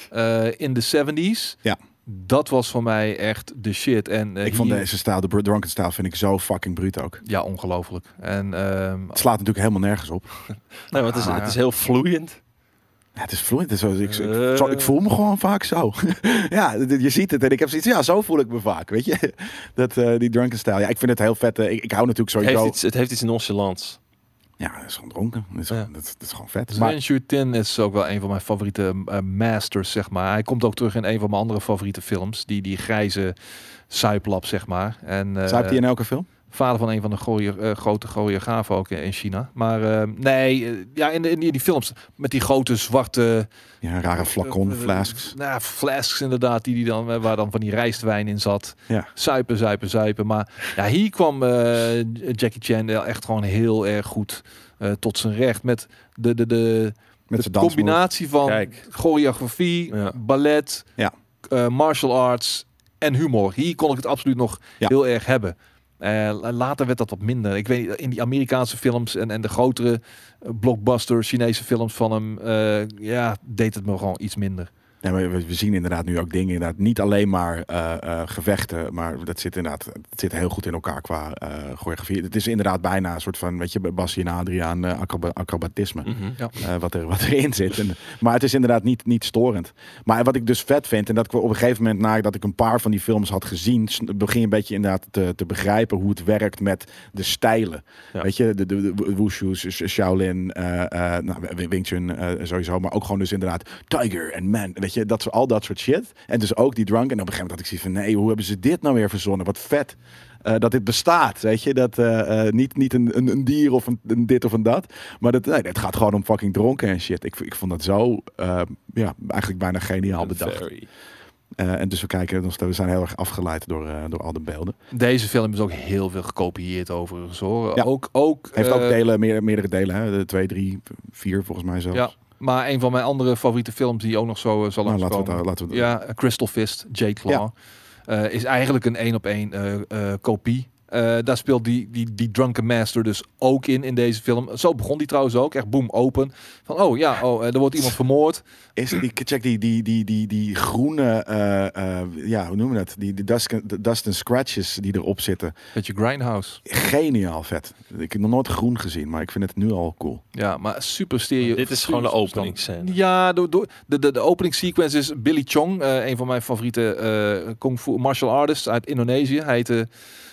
in de 70s. Ja. Dat was voor mij echt de shit. En ik vond deze stijl, de Drunken stijl, vind ik zo fucking bruut ook. Ja, ongelooflijk. En het slaat natuurlijk helemaal nergens op. Nee, maar het is heel vloeiend. Ja, het is vloeiend. Ik voel me gewoon vaak zo. Ja, je ziet het. En ik heb zoiets, ja, zo voel ik me vaak. Weet je? Die drunken stijl. Ja, ik vind het heel vet. Ik hou natuurlijk sowieso... Het heeft iets nonchalants. Ja, dat is gewoon dronken. Dat is gewoon vet. Ren Shu-Tin is ook wel een van mijn favoriete masters, zeg maar. Hij komt ook terug in een van mijn andere favoriete films. Die grijze suiplap, zeg maar. Zuipt hij in elke film? Vader van een van de grote choreografen ook in China. Maar in die films met die grote zwarte... Ja, rare flacon, flasks. Flasks inderdaad, waar dan van die rijstwijn in zat. Ja. Zuipen. Maar ja, hier kwam Jackie Chan echt gewoon heel erg goed tot zijn recht. Met de combinatie van choreografie, ballet, martial arts en humor. Hier kon ik het absoluut nog heel erg hebben. Later werd dat wat minder. Ik weet, in die Amerikaanse films en de grotere blockbuster Chinese films van hem, deed het me gewoon iets minder. Ja, maar we zien inderdaad nu ook dingen, inderdaad niet alleen maar gevechten, maar dat zit heel goed in elkaar qua choreografie. Het is inderdaad bijna een soort van, weet je, Bassie en Adriaan acrobatisme, wat erin zit. Maar het is inderdaad niet storend. Maar wat ik dus vet vind, en dat ik op een gegeven moment, nadat ik een paar van die films had gezien, begin je een beetje inderdaad te begrijpen hoe het werkt met de stijlen. Ja. Weet je, de Wushu, Shaolin, Wing Chun sowieso, maar ook gewoon dus inderdaad Tiger en Man, weet je, al dat soort shit. En dus ook die drunk. En op een gegeven moment had ik zoiets van, nee, hoe hebben ze dit nou weer verzonnen? Wat vet dat dit bestaat, weet je? Dat niet een dier of een dit of een dat. Maar het gaat gewoon om fucking dronken en shit. Ik vond dat zo, eigenlijk bijna geniaal bedacht. En dus we zijn heel erg afgeleid door al de beelden. Deze film is ook heel veel gekopieerd overigens, hoor. Ja. Ook heeft ook meerdere delen, hè? 2, 3, 4 volgens mij zelfs. Ja. Maar een van mijn andere favoriete films die ook nog zo zal langskomen. Laten we ja, Crystal Fist, Jade Claw. Is eigenlijk een 1-op-1 kopie. Daar speelt die Drunken Master dus ook in deze film. Zo begon die trouwens ook. Echt boom, open. Van er wordt iemand vermoord. Check die groene, hoe noemen we dat? Die dust and scratches die erop zitten. Beetje Grindhouse. Geniaal vet. Ik heb nog nooit groen gezien, maar ik vind het nu al cool. Ja, maar super stereo. Dit is gewoon de openingsscène. Ja, de opening sequence is Billy Chong. Een van mijn favoriete kung fu martial artists uit Indonesië. Hij heette...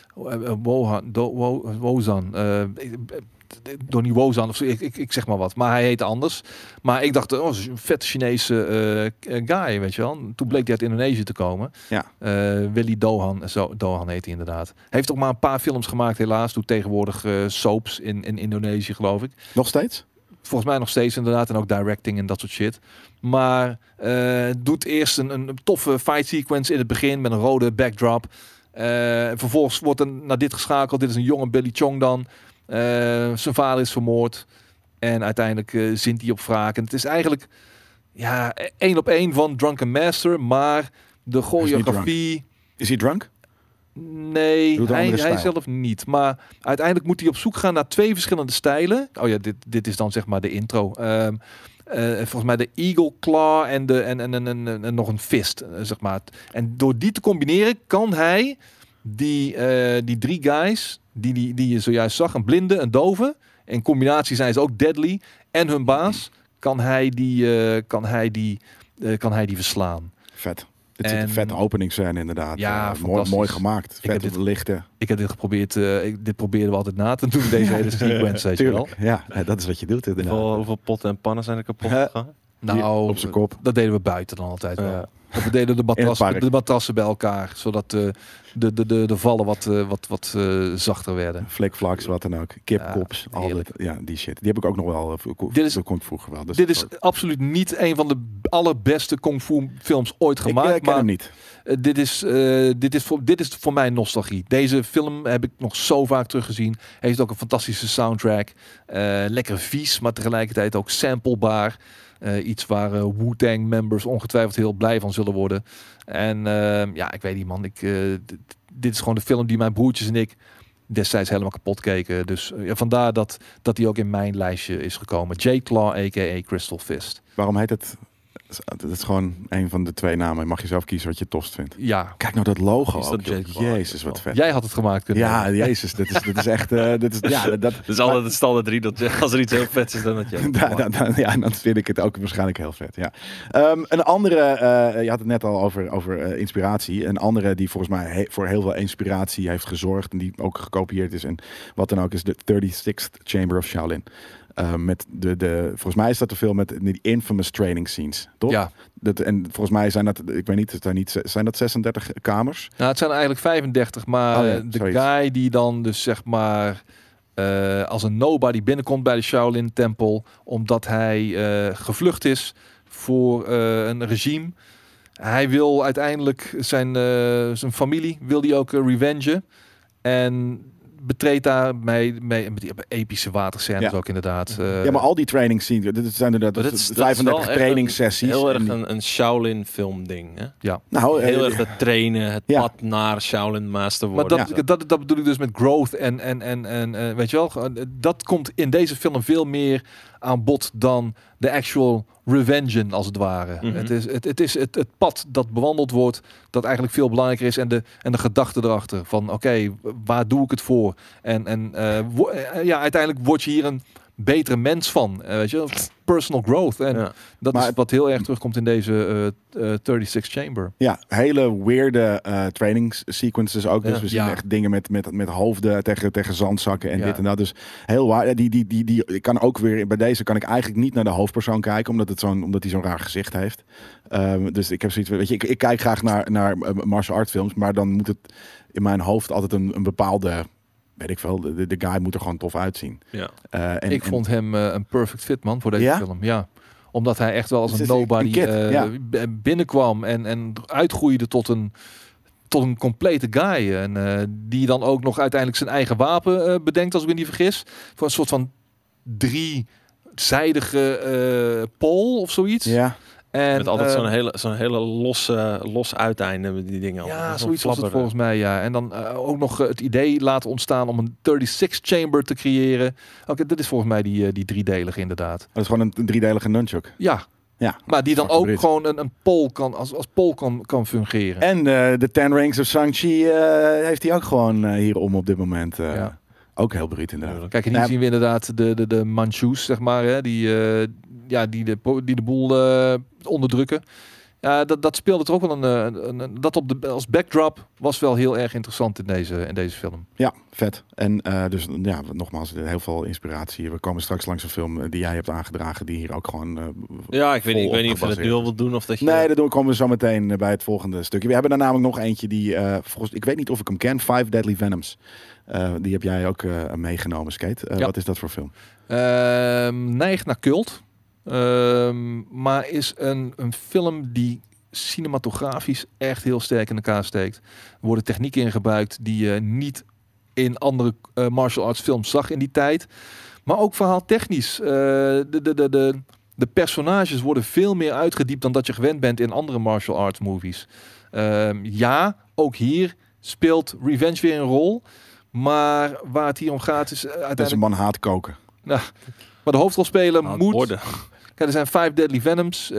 Wozan. Donnie Wozan of zo. Ik zeg maar wat. Maar hij heette anders. Maar ik dacht, een vette Chinese guy, weet je wel. Toen bleek hij uit Indonesië te komen. Ja. Willy Dohan. Dohan heet hij inderdaad. Hij heeft ook maar een paar films gemaakt helaas. Doet tegenwoordig soaps in Indonesië, geloof ik. Nog steeds? Volgens mij nog steeds inderdaad. En ook directing en dat soort shit. Maar doet eerst een toffe fight sequence in het begin met een rode backdrop. Vervolgens wordt er naar dit geschakeld. Dit is een jonge Billy Chong dan. Zijn vader is vermoord. En uiteindelijk zint hij op wraak. En het is eigenlijk 1-op-1 van Drunken Master. Maar de choreografie... Is hij drunk? Nee, hij zelf niet. Maar uiteindelijk moet hij op zoek gaan naar 2 verschillende stijlen. Oh ja, dit is dan zeg maar de intro. Volgens mij de Eagle Claw en nog een fist, zeg maar. En door die te combineren kan hij die 3 guys die je zojuist zag, een blinde, een dove, in combinatie zijn ze ook deadly, en hun baas, kan hij die verslaan. Vet. Dit is een vette openingsscène inderdaad. Ja, mooi gemaakt. Vet lichten. Ik heb dit geprobeerd. Dit probeerden we altijd na te doen, deze hele sequence, weet je wel. Ja, dat is wat je doet inderdaad. Hoeveel potten en pannen zijn er kapot gegaan? Nou, op zijn kop. Dat deden we buiten dan altijd wel. Of we deden de matrassen bij elkaar, zodat de vallen wat zachter werden. Flikvlaks, wat dan ook. Kipkops, die shit. Die heb ik ook nog wel. Dat kon ik vroeger wel. Dus dit is absoluut niet een van de allerbeste kung fu films ooit gemaakt. Ik ken hem niet. Dit is voor mij nostalgie. Deze film heb ik nog zo vaak teruggezien. Heeft ook een fantastische soundtrack. Lekker vies, maar tegelijkertijd ook samplebaar. Iets waar Wu-Tang members ongetwijfeld heel blij van zullen worden. En ik weet niet man. Dit is gewoon de film die mijn broertjes en ik destijds helemaal kapot keken. Dus vandaar dat die ook in mijn lijstje is gekomen. Jade Claw, a.k.a. Crystal Fist. Waarom heet het? Het is gewoon een van de 2 namen. Mag je zelf kiezen wat je het tofst vindt. Ja. Kijk nou dat logo. Is dat Jezus, wat vet. Jij had het gemaakt kunnen. Ja, jezus. Dat is echt... dat is altijd het standaard 3. Als er iets heel vet is, dan dat je... dan vind ik het ook waarschijnlijk heel vet. Ja. Een andere... je had het net al over inspiratie. Een andere die volgens mij voor heel veel inspiratie heeft gezorgd. En die ook gekopieerd is. En wat dan ook is de 36th Chamber of Shaolin. Met volgens mij is dat de film met die infamous training scenes, toch? Ja. En volgens mij zijn dat, ik weet niet, zijn dat 36 kamers? Nou, het zijn er eigenlijk 35, maar de guy die dan dus zeg maar als een nobody binnenkomt bij de Shaolin tempel, omdat hij gevlucht is voor een regime. Hij wil uiteindelijk zijn familie, wil die ook revengen. En betreedt daar met die epische waterscènes ook inderdaad. Ja, maar al die training scenes, dit zijn inderdaad 35 trainingssessies. Heel erg een Shaolin film ding. Hè? Ja. Nou, heel erg het trainen, het pad naar Shaolin Master worden. Maar dat bedoel ik dus met growth en weet je wel, dat komt in deze film veel meer aan bod dan de actual revengen als het ware. Mm-hmm. Het is het pad dat bewandeld wordt dat eigenlijk veel belangrijker is en de gedachte erachter van oké, waar doe ik het voor? En uiteindelijk word je hier een betere mens van. Weet je, personal growth. En dat is wat heel erg terugkomt in deze 36 Chamber. Ja, hele weirde training sequences ook. Dus we zien echt dingen met hoofden tegen zandzakken en dit en dat. Dus heel waar. Die ik kan ook weer bij deze kan ik eigenlijk niet naar de hoofdpersoon kijken, omdat hij zo'n raar gezicht heeft. Dus ik heb zoiets, weet je, ik kijk graag naar martial art films, maar dan moet het in mijn hoofd altijd een bepaalde, weet ik veel, de guy moet er gewoon tof uitzien. Ja. Ik vond hem een perfect fit man voor deze film. Ja. Omdat hij echt wel als een nobody binnenkwam en uitgroeide tot een complete guy. En die dan ook nog uiteindelijk zijn eigen wapen bedenkt, als ik me niet vergis. Voor een soort van 3 zijdige pol of zoiets. Ja. En, met altijd zo'n hele los uiteinde met die dingen. Ja, zoiets was het volgens mij, ja. En dan ook nog het idee laten ontstaan om een 36-chamber te creëren. Oké, dit is volgens mij die driedelige inderdaad. Dat is gewoon een driedelige nunchuk. Ja. Ja, maar die dan ook gewoon een pol kan, als pol kan fungeren. En de Ten Rings of Shang-Chi heeft hij ook gewoon hierom op dit moment. Ook heel bruut inderdaad. Kijk, en hier zien we inderdaad de Manchus, zeg maar, hè, die de boel onderdrukken. Ja, dat speelde er ook wel als backdrop was wel heel erg interessant in deze film. Ja, vet. En dus ja, nogmaals, heel veel inspiratie. We komen straks langs een film die jij hebt aangedragen, die hier ook gewoon ik weet niet of je dat nu al wilt doen of dat je... Nee, dat komen we zo meteen bij het volgende stukje. We hebben daar namelijk nog eentje die, ik weet niet of ik hem ken, Five Deadly Venoms. Die heb jij ook meegenomen, Skate. Wat is dat voor film? Neigt naar cult. Maar is een film die cinematografisch echt heel sterk in elkaar steekt. Er worden technieken in gebruikt die je niet in andere martial arts films zag in die tijd. Maar ook verhaaltechnisch. De personages worden veel meer uitgediept dan dat je gewend bent in andere martial arts movies. Ook hier speelt revenge weer een rol. Maar waar het hier om gaat is uiteindelijk... Dat is een man haat koken. Nou, maar de hoofdrolspeler moet... Worden. Kijk, er zijn 5 Deadly Venoms.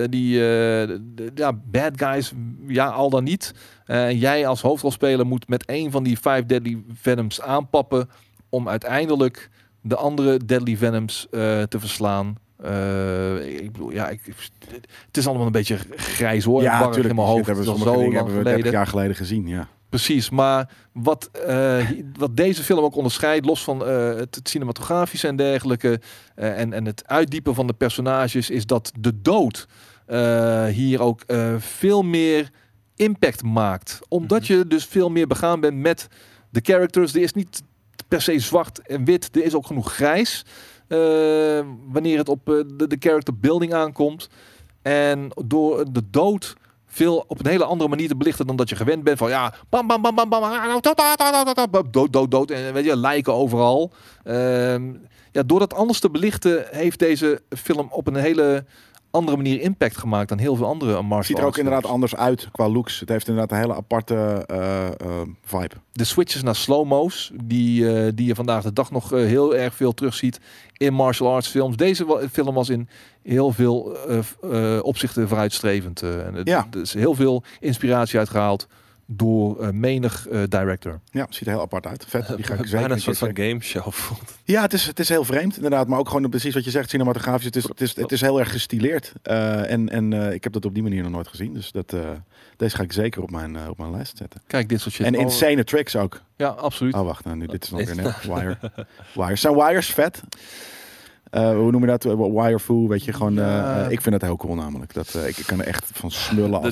Bad guys, al dan niet. Jij als hoofdrolspeler moet met een van die 5 Deadly Venoms aanpappen om uiteindelijk de andere Deadly Venoms te verslaan. Ik bedoel, het is allemaal een beetje grijs hoor. Ja, natuurlijk. In mijn hoofd. Hebben we 30 jaar geleden gezien, ja. Precies, maar wat deze film ook onderscheidt, los van het cinematografische en dergelijke, en het uitdiepen van de personages, is dat de dood hier ook veel meer impact maakt. Omdat je dus veel meer begaan bent met de characters. Er is niet per se zwart en wit, er is ook genoeg grijs. Wanneer het op de character building aankomt. En door de dood veel op een hele andere manier te belichten dan dat je gewend bent. Van bam, bam, bam, bam, bam, dood. En weet je, lijken overal. Door dat anders te belichten heeft deze film op een hele andere manier impact gemaakt dan heel veel andere martial arts. Het ziet er ook inderdaad anders uit qua looks. Het heeft inderdaad een hele aparte vibe. De switches naar slow-mo's, die je vandaag de dag nog heel erg veel terugziet in martial arts films. Deze film was in heel veel opzichten vooruitstrevend. Er is heel veel inspiratie uitgehaald door menig director. Ja, ziet er heel apart uit. Vet. Die ga ik zeker bijna een soort van gameshow voelt. Ja, het is heel vreemd inderdaad. Maar ook gewoon precies wat je zegt, cinematografisch. Het is heel erg gestileerd. Ik heb dat op die manier nog nooit gezien. Dus deze ga ik zeker op mijn lijst zetten. Kijk, dit soort shit. En insane tricks ook. Ja, absoluut. Oh, wacht. Nu, dit is nog weer net. Wires. Zijn wires vet? Hoe noem je dat? Wire-fu, weet je, gewoon... ik vind het heel cool namelijk. Ik kan er echt van smullen.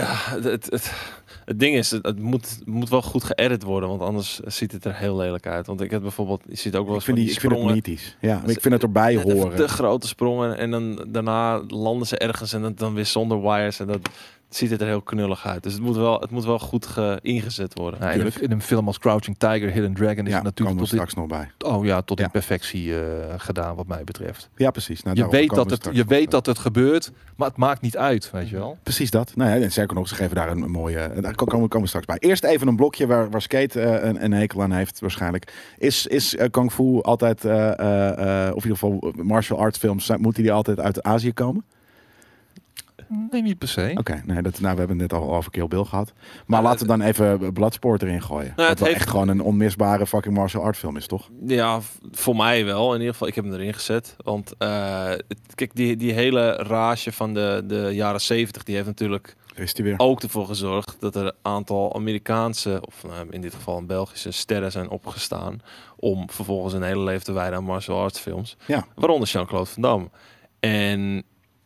Het ding is, het moet wel goed geëdit worden, want anders ziet het er heel lelijk uit. Want ik heb bijvoorbeeld, je ziet ook wel eens van die sprongen. Ik vind het mythisch. Ja, maar ik vind het erbij horen. De grote sprongen en dan daarna landen ze ergens en dan weer zonder wires en dat ziet het er heel knullig uit. Dus het moet wel goed ingezet worden. Ja, in een film als Crouching Tiger, Hidden Dragon is het natuurlijk tot straks nog bij. Tot in perfectie gedaan wat mij betreft. Ja, precies. Nou, je weet dat het gebeurt, maar het maakt niet uit, weet je wel. Precies dat. Nou ja, en zeker nog, ze geven daar een mooie... Daar komen we straks bij. Eerst even een blokje waar Skate een hekel aan heeft waarschijnlijk. Is Kung Fu altijd, of in ieder geval martial arts films, moeten die altijd uit Azië komen? Nee, niet per se. Oké, we hebben het net al over Kill Bill gehad. Maar laten we dan even Bloodsport erin gooien. Dat wel echt gewoon een onmisbare fucking martial art film is, toch? Ja, voor mij wel. In ieder geval, ik heb hem erin gezet. Want kijk, die hele rage van de jaren 70, die heeft natuurlijk ook ervoor gezorgd dat er een aantal Amerikaanse, of in dit geval een Belgische sterren zijn opgestaan om vervolgens een hele leven te wijden aan martial arts films. Ja. Waaronder Jean-Claude Van Damme. En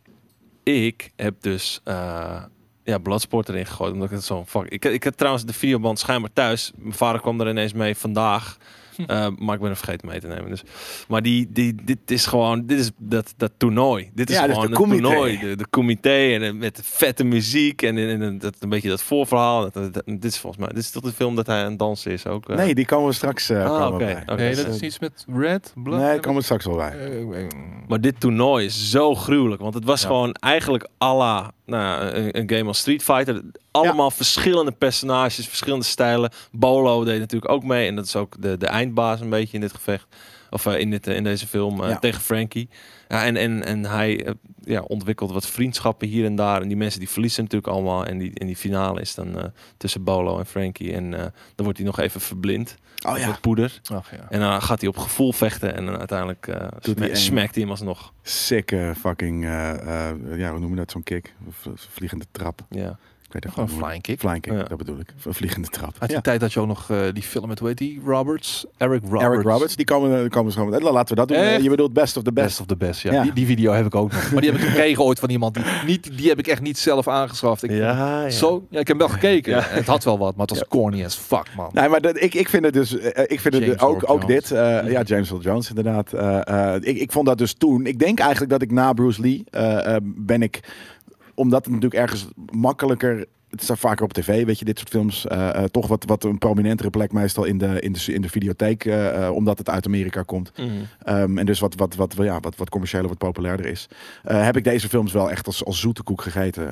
ik heb dus Bloodsport erin gegooid. Omdat ik het zo fuck. Ik heb trouwens de videoband schijnbaar thuis. Mijn vader kwam er ineens mee vandaag. Maar ik ben er vergeten mee te nemen. Dus. Maar dit is gewoon... Dit is dat toernooi. Dit is gewoon dus het toernooi. De comité en met de vette muziek. En een beetje dat voorverhaal. Dit is volgens mij... Dit is toch de film dat hij aan het dansen is ook? Nee, die komen we straks Oké. Nee, dat is iets met Red, Blood. Nee, komen we straks wel bij. Maar dit toernooi is zo gruwelijk. Want het was gewoon eigenlijk à la een game als Street Fighter. Allemaal verschillende personages, verschillende stijlen. Bolo deed natuurlijk ook mee. En dat is ook de eindbaas een beetje in dit gevecht. Of in deze film tegen Frankie. Ja, en hij ontwikkelt wat vriendschappen hier en daar. En die mensen die verliezen natuurlijk allemaal. En die finale is dan tussen Bolo en Frankie. En dan wordt hij nog even verblind. Met poeder. Ach, ja. En dan gaat hij op gevoel vechten. En dan uiteindelijk smakt hij hem alsnog. Sick fucking... hoe noem je dat? Zo'n kick? Vliegende trap. Ja. Ik weet Gewoon flying kick. Flying kick, dat bedoel ik. Een vliegende trap. Uit die tijd had je ook nog die film met, hoe heet die? Eric Roberts. Die komen zo. Laten we dat doen. Je bedoelt Best of the Best. Best of the Best, ja. Die video heb ik ook nog. Maar die heb ik gekregen ooit van iemand. Die heb ik echt niet zelf aangeschaft. Ik heb hem wel gekeken. Ja. Het had wel wat, maar het was corny as fuck, man. Nee, maar ik vind het dus... ik vind het ook dit. James Earl Jones, inderdaad. Ik vond dat dus toen... Ik denk eigenlijk dat ik na Bruce Lee ben ik... Omdat het natuurlijk ergens makkelijker... Het staat vaker op tv, weet je, dit soort films. Toch wat een prominentere plek meestal in de videotheek. Omdat het uit Amerika komt. En dus wat commerciëler, wat populairder is. Heb ik deze films wel echt als zoete koek gegeten.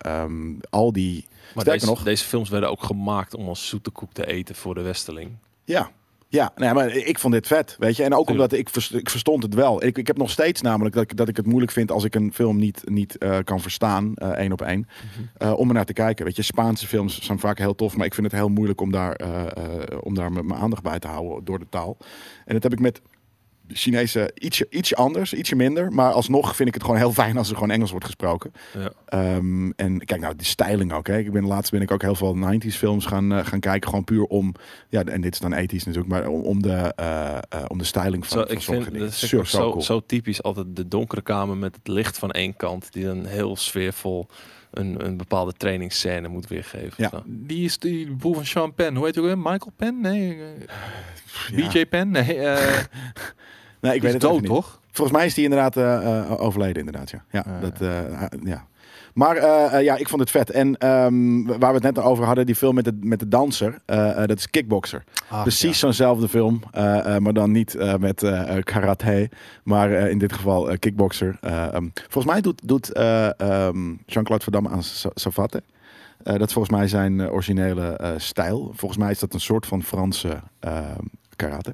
Al die... Maar deze films werden ook gemaakt om als zoete koek te eten voor de westerling. Ja, nee, maar ik vond dit vet, weet je. En ook omdat ik verstond het wel. Ik heb nog steeds namelijk dat ik het moeilijk vind als ik een film niet kan verstaan, 1 op 1, om er naar te kijken. Weet je, Spaanse films zijn vaak heel tof, maar ik vind het heel moeilijk om daar mijn aandacht bij te houden door de taal. En dat heb ik met Chinese ietsje anders, ietsje minder. Maar alsnog vind ik het gewoon heel fijn als er gewoon Engels wordt gesproken. Ja. En kijk nou, die styling ook. Hè. Laatst ben ik ook heel veel 90s films gaan kijken. Gewoon puur om, en dit is dan 80s natuurlijk, maar om de styling van sommige dingen. Ik vind zo typisch altijd de donkere kamer met het licht van één kant. Die dan heel sfeervol een bepaalde trainingsscène moet weergeven. Ja. Zo. Die is die broer van Sean Penn. Hoe heet hij ook? Michael Penn? Nee. BJ Penn? Nee. Nee, ik weet het dood, niet. Toch? Volgens mij is die inderdaad overleden, inderdaad. Ja. Maar ik vond het vet. En waar we het net over hadden, die film met de danser, dat is Kickboxer. Precies zo'nzelfde film, maar dan niet met karate, maar in dit geval Kickboxer. Volgens mij doet Jean-Claude Van Damme aan Savate. Dat is volgens mij zijn originele stijl. Volgens mij is dat een soort van Franse karate.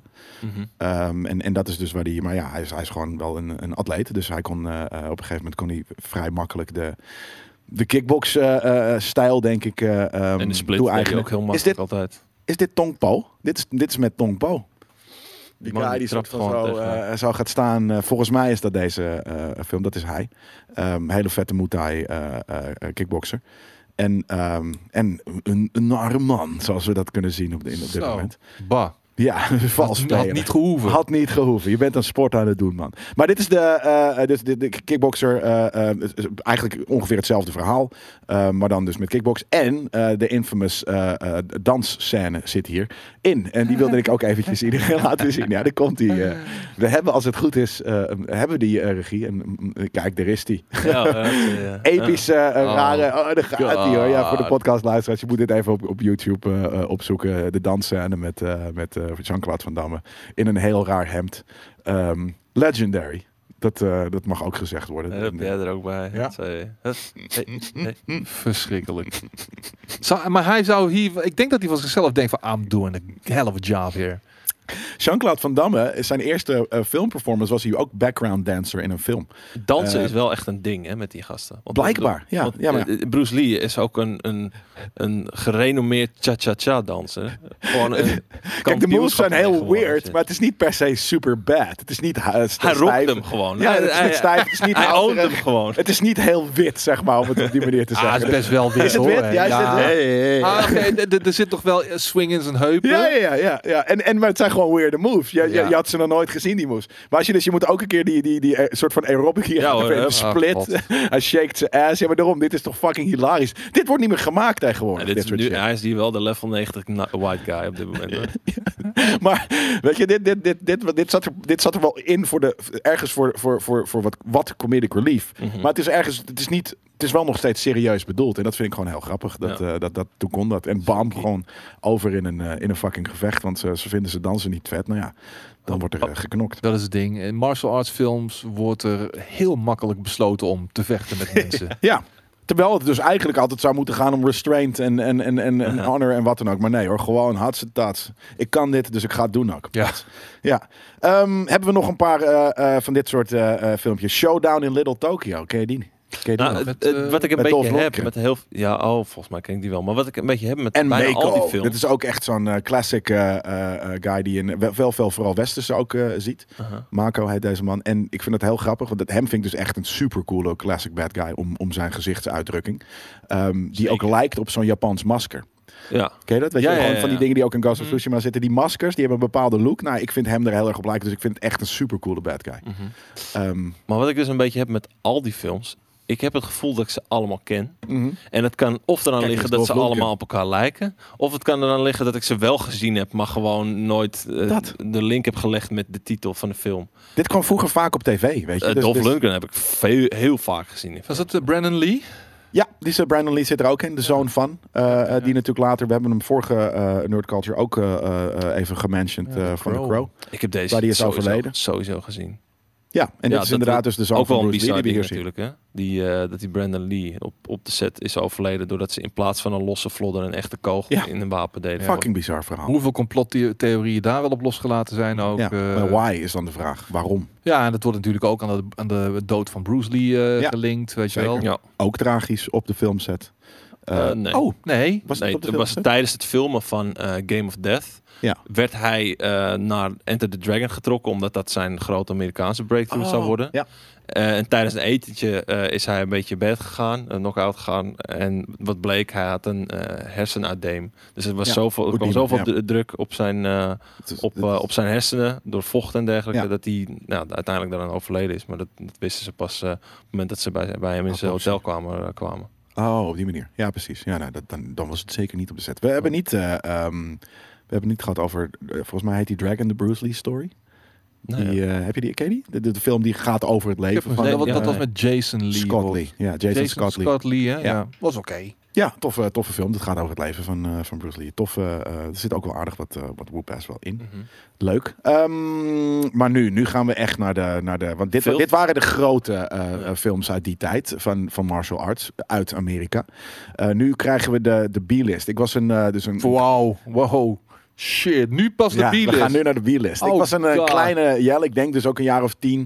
En dat is dus waar hij... Maar ja, hij is gewoon wel een atleet. Dus hij kon op een gegeven moment kon hij vrij makkelijk de kickbox stijl, denk ik, en de split deed ook heel makkelijk altijd. Is dit Tong Po? Dit is met Tong Po. Die guy die soort van zo gaat staan. Volgens mij is dat deze film. Dat is hij. Hele vette Muay Thai kickboxer. En een nare man, zoals we dat kunnen zien op dit moment. Bah. Ja, vals spelen. Had niet gehoeven. Je bent een sport aan het doen, man. Maar dit is de kickboxer. Eigenlijk ongeveer hetzelfde verhaal. Maar dan dus met kickbox. En de infamous dansscène zit hier in. En die wilde ik ook eventjes iedereen laten zien. Ja, daar komt die. We hebben, als het goed is, hebben die regie. En kijk, daar is die. Epische, rare... daar gaat die, hoor. Ja, voor de podcastluisteraars. Je moet dit even op YouTube opzoeken. De dansscène met Jean-Claude Van Damme in een heel raar hemd. Legendary. Dat mag ook gezegd worden. Heb jij er ook bij? Ja. Verschrikkelijk. Maar hij zou hier... Ik denk dat hij van zichzelf denkt van... I'm doing a hell of a job here. Jean-Claude Van Damme, zijn eerste filmperformance was hij ook background dancer in een film. Dansen is wel echt een ding, hè, met die gasten. Want blijkbaar, ja. Bruce Lee is ook een gerenommeerd cha-cha-cha danser. Kijk, de moves zijn heel weird, maar het is niet per se super bad. Het is niet hij rokt hem gewoon. Ja, het is niet stijf. Het is niet hij oont hem gewoon. Het is niet heel wit, zeg maar, om het op die manier te zeggen. Het is best wel wit, is het wit? Ja, er zit toch wel swing in zijn heupen? Ja. Maar het zijn gewoon weird de moves. Je had ze nog nooit gezien, die moves. Maar als je moet ook een keer die soort van aerobic hier split. Hij shakt zijn ass. Ja, maar daarom, dit is toch fucking hilarisch. Dit wordt niet meer gemaakt tegenwoordig. Hij is hier wel de level 90 white guy op dit moment. Maar weet je, dit zat er wel in ergens voor wat comedic relief. Maar het is wel nog steeds serieus bedoeld. En dat vind ik gewoon heel grappig. Toen kon dat. En bam, gewoon over in een fucking gevecht. Want ze vinden ze dansen niet vet. Nou ja, dan wordt er geknokt. Dat is het ding. In martial arts films wordt er heel makkelijk besloten om te vechten met mensen. Ja. Terwijl het dus eigenlijk altijd zou moeten gaan om restraint en honor en wat dan ook. Maar nee hoor, gewoon hartstikke. Ik kan dit, dus ik ga het doen ook. Ja. Hebben we nog een paar van dit soort filmpjes. Showdown in Little Tokyo. Ken je die? Wat ik een beetje heb met heel... Ja, volgens mij ken ik die wel. Maar wat ik een beetje heb met bijna al die films... Dit is ook echt zo'n classic guy die in veel vooral westerse ook ziet. Mako heet deze man. En ik vind het heel grappig, want hem vind ik dus echt een super coole classic bad guy om zijn gezichtsuitdrukking. Die ook lijkt op zo'n Japans masker. Ja. Ken je dat? Weet je, gewoon van die dingen die ook in Ghost of Tsushima zitten. Die maskers, die hebben een bepaalde look. Nou, ik vind hem er heel erg op lijken. Dus ik vind het echt een super coole bad guy. Maar wat ik dus een beetje heb met al die films... Ik heb het gevoel dat ik ze allemaal ken. En het kan of eraan liggen dat ze allemaal op elkaar lijken. Of het kan eraan liggen dat ik ze wel gezien heb, maar gewoon nooit de link heb gelegd met de titel van de film. Dit kwam vroeger vaak op tv, weet je. Dolph Lundgren heb ik heel vaak gezien. Was het Brandon Lee? Ja, Brandon Lee zit er ook in. De zoon van. Die natuurlijk later, we hebben hem vorige Nerd Culture ook even gementioned van The Crow. Ik heb deze waar die is overleden. Sowieso gezien. Ja, en dit is inderdaad dus de zoon van Bruce Lee die we hier natuurlijk, hè? Dat die Brandon Lee op de set is overleden doordat ze in plaats van een losse vlodder een echte kogel in een wapen deden. Fucking bizar verhaal. Hoeveel complottheorieën daar wel op losgelaten zijn ook. Ja, maar why is dan de vraag. Waarom? Ja, en dat wordt natuurlijk ook aan de dood van Bruce Lee gelinkt, weet je wel. Ja. Ook tragisch op de filmset. Nee. Oh, nee. Het was tijdens het filmen van Game of Death. Ja. Werd hij naar Enter the Dragon getrokken, omdat dat zijn grote Amerikaanse breakthrough zou worden. Ja. En tijdens een etentje is hij een beetje bed gegaan, knock-out gegaan. En wat bleek, hij had een hersenuitdeem. Dus er was er kwam zoveel druk op op zijn hersenen, door vocht en dergelijke, dat hij uiteindelijk daaraan overleden is. Maar dat wisten ze pas op het moment dat ze bij hem in zijn hotelkamer kwamen. Oh, op die manier. Ja, precies. Ja, nou, dan was het zeker niet op de set. We hebben niet... We hebben niet gehad over, volgens mij heet die Dragon, the Bruce Lee story. Heb je die, ken je die? De film die gaat over het leven van... Dat was met Jason Lee. Scott Lee. Ja, Jason Scott Lee, hè? Ja. Was oké. Ja, toffe film. Dat gaat over het leven van Bruce Lee. Er zit ook wel aardig wat Whoop-ass wel in. Leuk. Maar nu gaan we echt naar de want dit waren de grote films uit die tijd van martial arts uit Amerika. Nu krijgen we de B-list. Ik was een wow. Shit, nu pas de B-list. We gaan nu naar de B-list. Ik was een kleine jel, ik denk dus ook een jaar of 10.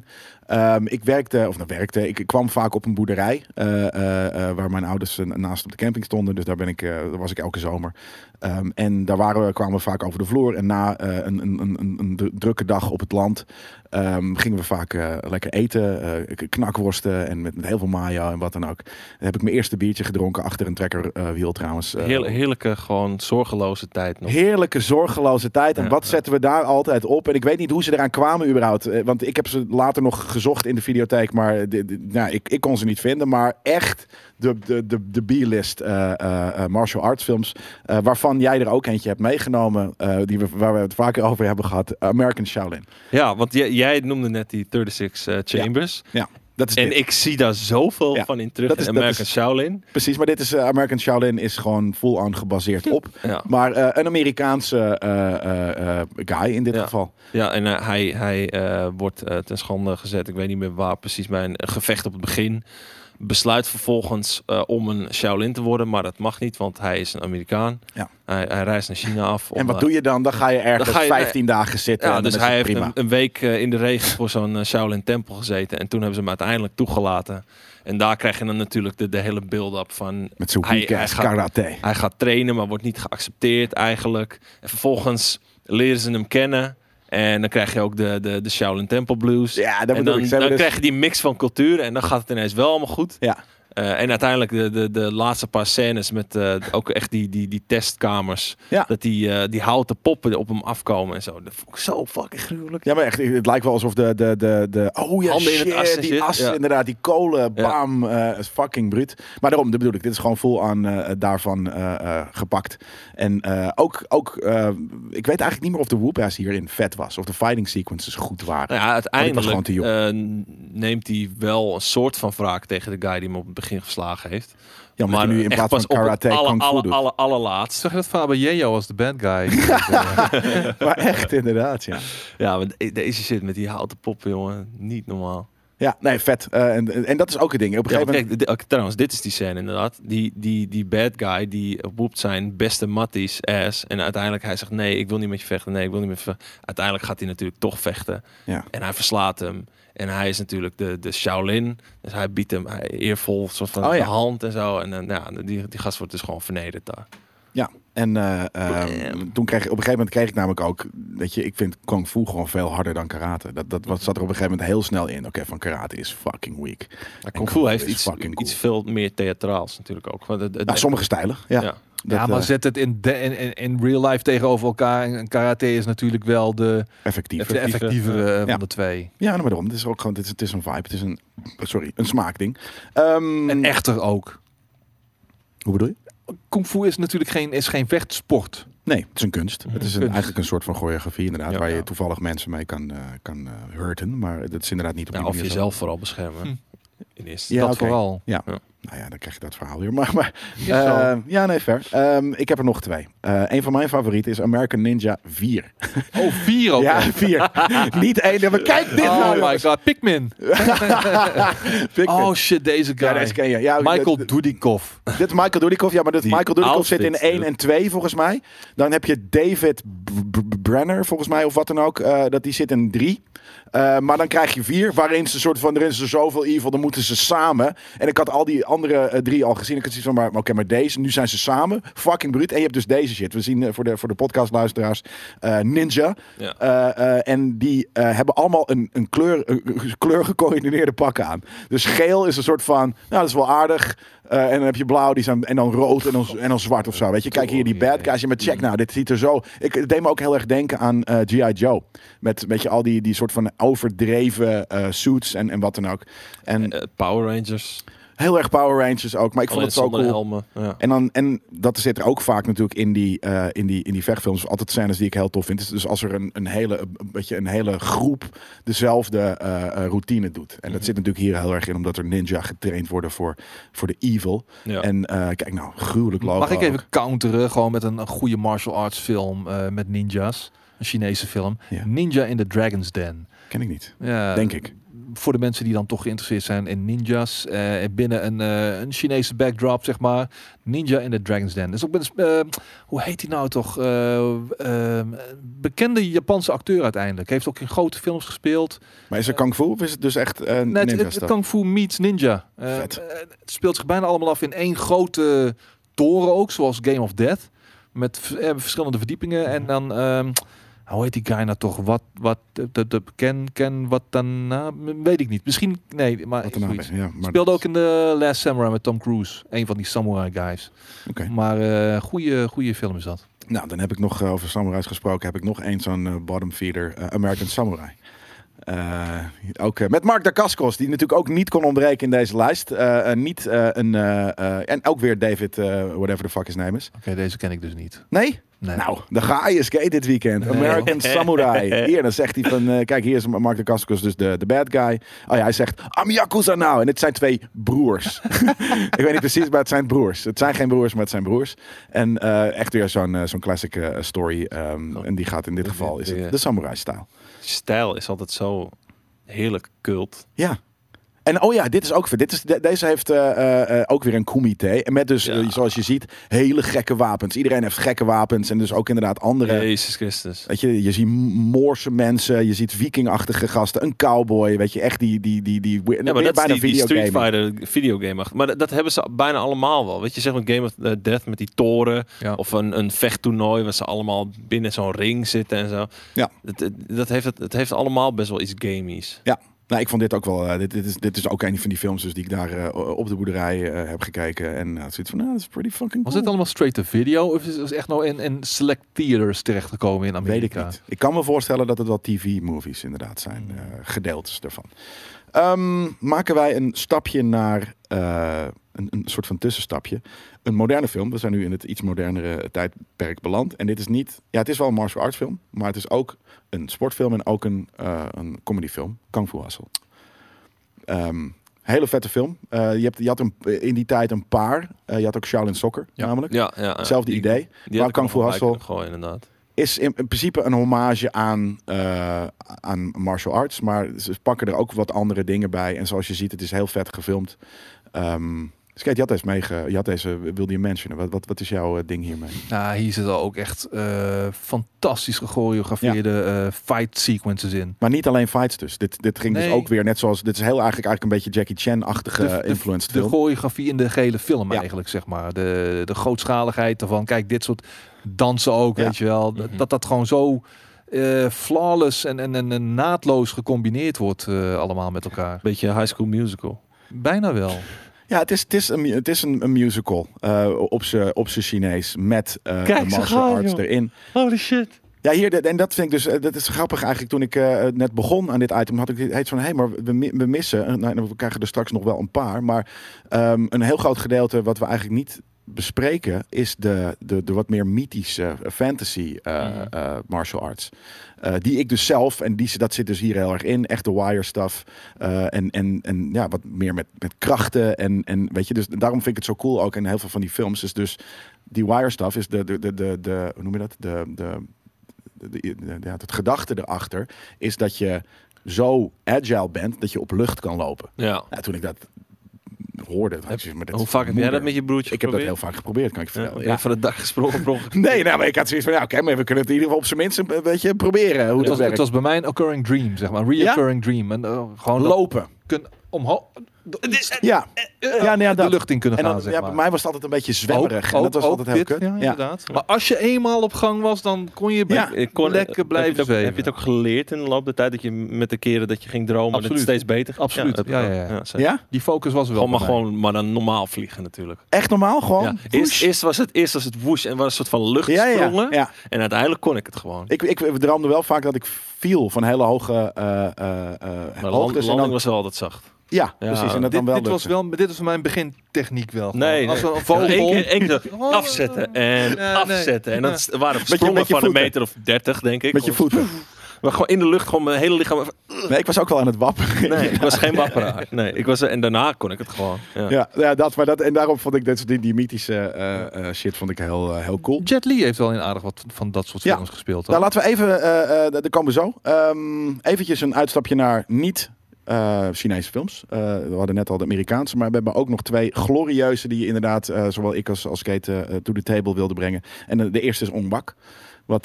Ik kwam vaak op een boerderij waar mijn ouders naast op de camping stonden. Dus daar was ik elke zomer. En daar kwamen we vaak over de vloer. En na een drukke dag op het land gingen we vaak lekker eten. Knakworsten en met heel veel mayo en wat dan ook. Dan heb ik mijn eerste biertje gedronken achter een trekkerwiel trouwens. Heerlijke, gewoon zorgeloze tijd nog. Heerlijke, zorgeloze tijd. En wat zetten we daar altijd op? En ik weet niet hoe ze eraan kwamen überhaupt. Want ik heb ze later nog gezocht in de videotheek. Maar ik kon ze niet vinden. Maar echt de B-list martial arts films. Waarvan jij er ook eentje hebt meegenomen. Waar we het vaker over hebben gehad. American Shaolin. Ja, want jij noemde net die 36 Chambers. Ja. Dat is ik zie daar zoveel van in terug in American Shaolin. Precies, maar dit is American Shaolin is gewoon full-on gebaseerd op. Ja. Maar een Amerikaanse guy in dit geval. Ja, en hij wordt ten schande gezet. Ik weet niet meer waar precies, bij een gevecht op het begin. Besluit vervolgens om een Shaolin te worden, maar dat mag niet, want hij is een Amerikaan. Ja. Hij reist naar China af. En wat doe je dan? Dan ga je ergens 15 dagen zitten. Ja, dus hij heeft een week in de regen voor zo'n Shaolin tempel gezeten. En toen hebben ze hem uiteindelijk toegelaten. En daar krijg je dan natuurlijk de hele build-up van... Met zo'n karate. Hij gaat trainen, maar wordt niet geaccepteerd eigenlijk. En vervolgens leren ze hem kennen. En dan krijg je ook de Shaolin Temple Blues. Ja, dan krijg je die mix van culturen. En dan gaat het ineens wel allemaal goed. Ja. En uiteindelijk de laatste paar scènes met ook echt die testkamers. Ja. Dat die houten poppen op hem afkomen en zo. Dat vond ik zo fucking gruwelijk. Ja, maar echt, het lijkt wel alsof de handen in het as en die shit. as, Ja. inderdaad, die kolen, bam, is fucking bruut. Maar daarom, dat bedoel ik, dit is gewoon vol aan daarvan gepakt. En ik weet eigenlijk niet meer of de whoop-ass hierin vet was. Of de fighting sequences goed waren. Nou ja, uiteindelijk te jong. neemt hij wel een soort van wraak tegen de guy die hem op het begin geslagen heeft. Ja, maar hij nu in echt plaats van pas op het karate kung fu doet. allerlaatst. Zag je dat Fabergé als de bad guy? Maar echt, inderdaad, ja. Ja, maar deze shit met die houten poppen, jongen, niet normaal. Ja, nee, vet. En dat is ook een ding. Op een gegeven moment... Kijk, trouwens, dit is die scène inderdaad. Die bad guy, die woept zijn beste matties ass. En uiteindelijk hij zegt, nee, ik wil niet met je vechten. Nee, ik wil niet met je vechten. Uiteindelijk gaat hij natuurlijk toch vechten. Ja. En hij verslaat hem. En hij is natuurlijk de Shaolin. Dus hij biedt hem eervol soort van de hand en zo. En die gast wordt dus gewoon vernederd daar. Ja, en toen kreeg ik op een gegeven moment kreeg ik namelijk ook, weet je, ik vind kung fu gewoon veel harder dan karate. Dat zat er op een gegeven moment heel snel in. Oké, van karate is fucking weak. Kung fu heeft is iets veel meer theatraals natuurlijk ook. Want sommige stijlen, ja. Maar zet het in real life tegenover elkaar. En karate is natuurlijk wel de effectievere van de twee. Ja, maar daarom. Het is ook gewoon, het is een vibe. Het is een smaakding. En echter ook. Hoe bedoel je? Kung fu is natuurlijk geen vechtsport. Nee, het is een kunst. Het is eigenlijk een soort van choreografie inderdaad, waar je toevallig mensen mee kan hurten. Maar dat is inderdaad niet op die manier. Of jezelf vooral beschermen. Vooral. Ja. Nou ja, dan krijg je dat verhaal weer. Maar nee, fair. Ik heb er nog 2. Een van mijn favorieten is American Ninja 4. Oh, 4 ook? Ja, 4. Niet 1. Maar kijk dit nou. Oh my god, Pikmin. Oh shit, deze guy. Ja, deze ken je. Ja, Michael Dudikoff. Dit is Michael Dudikoff. Ja, maar Michael Dudikoff zit in 1 en 2 volgens mij. Dan heb je David Brenner volgens mij of wat dan ook. Die zit in 3. Maar dan krijg je 4, waarin ze soort van, er is er zoveel evil, dan moeten ze samen. En ik had al die andere 3 al gezien. Ik had zoiets van, maar deze, nu zijn ze samen. Fucking bruut. En je hebt dus deze shit. We zien voor de podcastluisteraars Ninja. Ja. En die hebben allemaal een kleur gecoördineerde pakken aan. Dus geel is een soort van, nou dat is wel aardig. En dan heb je blauw, en dan rood en dan zwart of zo. Weet je, kijk hier die bad guys. Maar check nou, dit ziet er zo. Het deed me ook heel erg denken aan G.I. Joe. Met weet je, al die soort van overdreven suits en wat dan ook. En Power Rangers. Heel erg Power Rangers ook, maar ik vond het zo cool. Helmen, ja. En dat zit er ook vaak natuurlijk in die vechtfilms. Altijd scènes die ik heel tof vind. Dus als er een hele groep dezelfde routine doet. En dat zit natuurlijk hier heel erg in, omdat er ninja getraind worden voor de evil. Ja. En kijk nou, gruwelijk logo. Mag ik even counteren, gewoon met een goede martial arts film met ninjas. Een Chinese film. Ja. Ninja in the Dragon's Den. Ken ik niet, denk ik. Voor de mensen die dan toch geïnteresseerd zijn in ninjas. Binnen een Chinese backdrop, zeg maar. Ninja in the Dragon's Den. Dus ook hoe heet hij nou toch? Bekende Japanse acteur uiteindelijk. Heeft ook in grote films gespeeld. Maar is er kung fu of is het dus echt ninja het kung fu meets ninja. Het speelt zich bijna allemaal af in één grote toren ook. Zoals Game of Death. Met verschillende verdiepingen. En dan... hoe heet die guy nou toch? Wat dan? Weet ik niet. Misschien, nee, maar speelde ook in The Last Samurai met Tom Cruise. Een van die samurai guys. Okay. Maar goede film is dat. Nou, dan heb ik nog over samurais gesproken. Heb ik nog één zo'n bottom feeder, American Samurai. Ook met Mark Dacascos, die natuurlijk ook niet kon ontbreken in deze lijst. En ook weer David, whatever the fuck his name is. Oké, deze ken ik dus niet. Nee? Nee. Nou, dan ga je skate dit weekend. American Samurai. Hier, dan zegt hij van... kijk, hier is Mark Dacascos, dus de bad guy. Oh ja, hij zegt... I'm Yakuza now. En het zijn 2 broers. Ik weet niet precies, maar het zijn broers. Het zijn geen broers, maar het zijn broers. En echt weer zo'n classic story. En die gaat in dit geval... is het de samurai-stijl. Stijl is altijd zo heerlijk cult. Ja. En oh ja, dit is ook vet. Deze heeft ook weer een comité. En met dus, zoals je ziet, hele gekke wapens. Iedereen heeft gekke wapens. En dus ook inderdaad andere... Jezus Christus. Weet je ziet Moorse mensen. Je ziet vikingachtige gasten. Een cowboy. Weet je, echt die maar dat bijna is die Street Fighter videogame. Maar dat hebben ze bijna allemaal wel. Weet je, zeg maar Game of Death met die toren. Ja. Of een vechttoernooi waar ze allemaal binnen zo'n ring zitten en zo. Ja. Het heeft allemaal best wel iets gamies. Ja. Nou, ik vond dit ook wel... Dit is ook een van die films dus die ik daar op de boerderij heb gekeken. En zoiets van, dat is pretty fucking cool. Was dit allemaal straight to video? Of is het echt nou in select theaters terechtgekomen in Amerika? Weet ik niet. Ik kan me voorstellen dat het wel TV-movies inderdaad zijn. Gedeeltes daarvan. Maken wij een stapje naar... Een soort van tussenstapje. Een moderne film. We zijn nu in het iets modernere tijdperk beland. En dit is niet... Ja, het is wel een martial arts film. Maar het is ook een sportfilm en ook een comedyfilm. Kung Fu Hustle. Hele vette film. Je had in die tijd een paar. Je had ook Shaolin Soccer namelijk. Ja. Hetzelfde idee. Maar Kung Fu Hustle inderdaad. Is in principe een hommage aan martial arts. Maar ze pakken er ook wat andere dingen bij. En zoals je ziet, het is heel vet gefilmd. Skate, je had deze wilde je mentionen. Wat is jouw ding hiermee? Nou, hier zitten ook echt fantastisch gechoreografeerde fight sequences in. Maar niet alleen fights dus. Dit ging dus ook weer net zoals... Dit is heel eigenlijk een beetje Jackie Chan-achtige influenced film. De choreografie in de gehele film eigenlijk, zeg maar. De grootschaligheid ervan. Kijk, dit soort dansen ook, weet je wel. Dat gewoon zo... flawless en naadloos gecombineerd wordt allemaal met elkaar. Beetje High School Musical. Bijna wel. Ja, het is een musical op z'n Chinees met martial arts erin. Holy shit. Ja, en dat vind ik dus, dat is grappig eigenlijk. Toen ik net begon aan dit item, had ik het van, maar we missen, we krijgen er straks nog wel een paar, maar een heel groot gedeelte wat we eigenlijk niet bespreken is de wat meer mythische fantasy martial arts. Die ik dus zelf, en dat zit dus hier heel erg in, echt de wire stuff. En ja, wat meer met krachten. En weet je, dus daarom vind ik het zo cool ook in heel veel van die films. Is dus die wire stuff is hoe noem je dat? Het gedachte erachter is dat je zo agile bent dat je op lucht kan lopen. Ja, toen ik dat hoorde. Hoe vaak heb jij dat met je broertje Ik heb dat heel vaak geprobeerd, kan ik vertellen. Van het dak gesprongen. Nee, maar ik had zoiets van, oké, maar we kunnen het in ieder geval op zijn minst een beetje proberen hoe dat werkt. Het was bij mij een occurring dream, zeg maar. Een reoccurring dream. En, gewoon lopen. Omhoog. De lucht in kunnen gaan, dan, zeg maar. Bij mij was het altijd een beetje zwemmerig. En dat was altijd heel dit, kut. Ja, inderdaad. Maar als je eenmaal op gang was, dan kon je lekker blijven zweven. Heb je het ook geleerd in de loop der tijd dat je met de keren dat je ging dromen dat het steeds beter ging? Absoluut. Ja? Die focus was wel maar dan normaal vliegen natuurlijk. Echt normaal gewoon? Ja. Eerst was het woesh en was een soort van luchtsprongen. Ja. En uiteindelijk kon ik het gewoon. Ik droomde wel vaak dat ik viel van hele hoge hoogtes. Landing was wel altijd zacht. Ja, precies. En dat dan wel dit was mijn begintechniek wel. Nee. Als we een vogel... Eén keer afzetten en afzetten. En dat waren sprongen van een meter of 30, denk ik. Met je voeten. Maar gewoon in de lucht, gewoon mijn hele lichaam... Nee, ik was ook wel aan het wapperen. Nee, ik was geen wapperaar. Nee, en daarna kon ik het gewoon. Ja, en daarom vond ik die mythische shit vond ik heel cool. Jet Li heeft wel in aardig wat van dat soort films gespeeld. Nou, laten we even, daar komen we zo. Eventjes een uitstapje naar niet... Chinese films. We hadden net al de Amerikaanse, maar we hebben ook nog twee glorieuze die je inderdaad, zowel ik als Kate, to the table wilde brengen. En de eerste is Ong Bak. Wat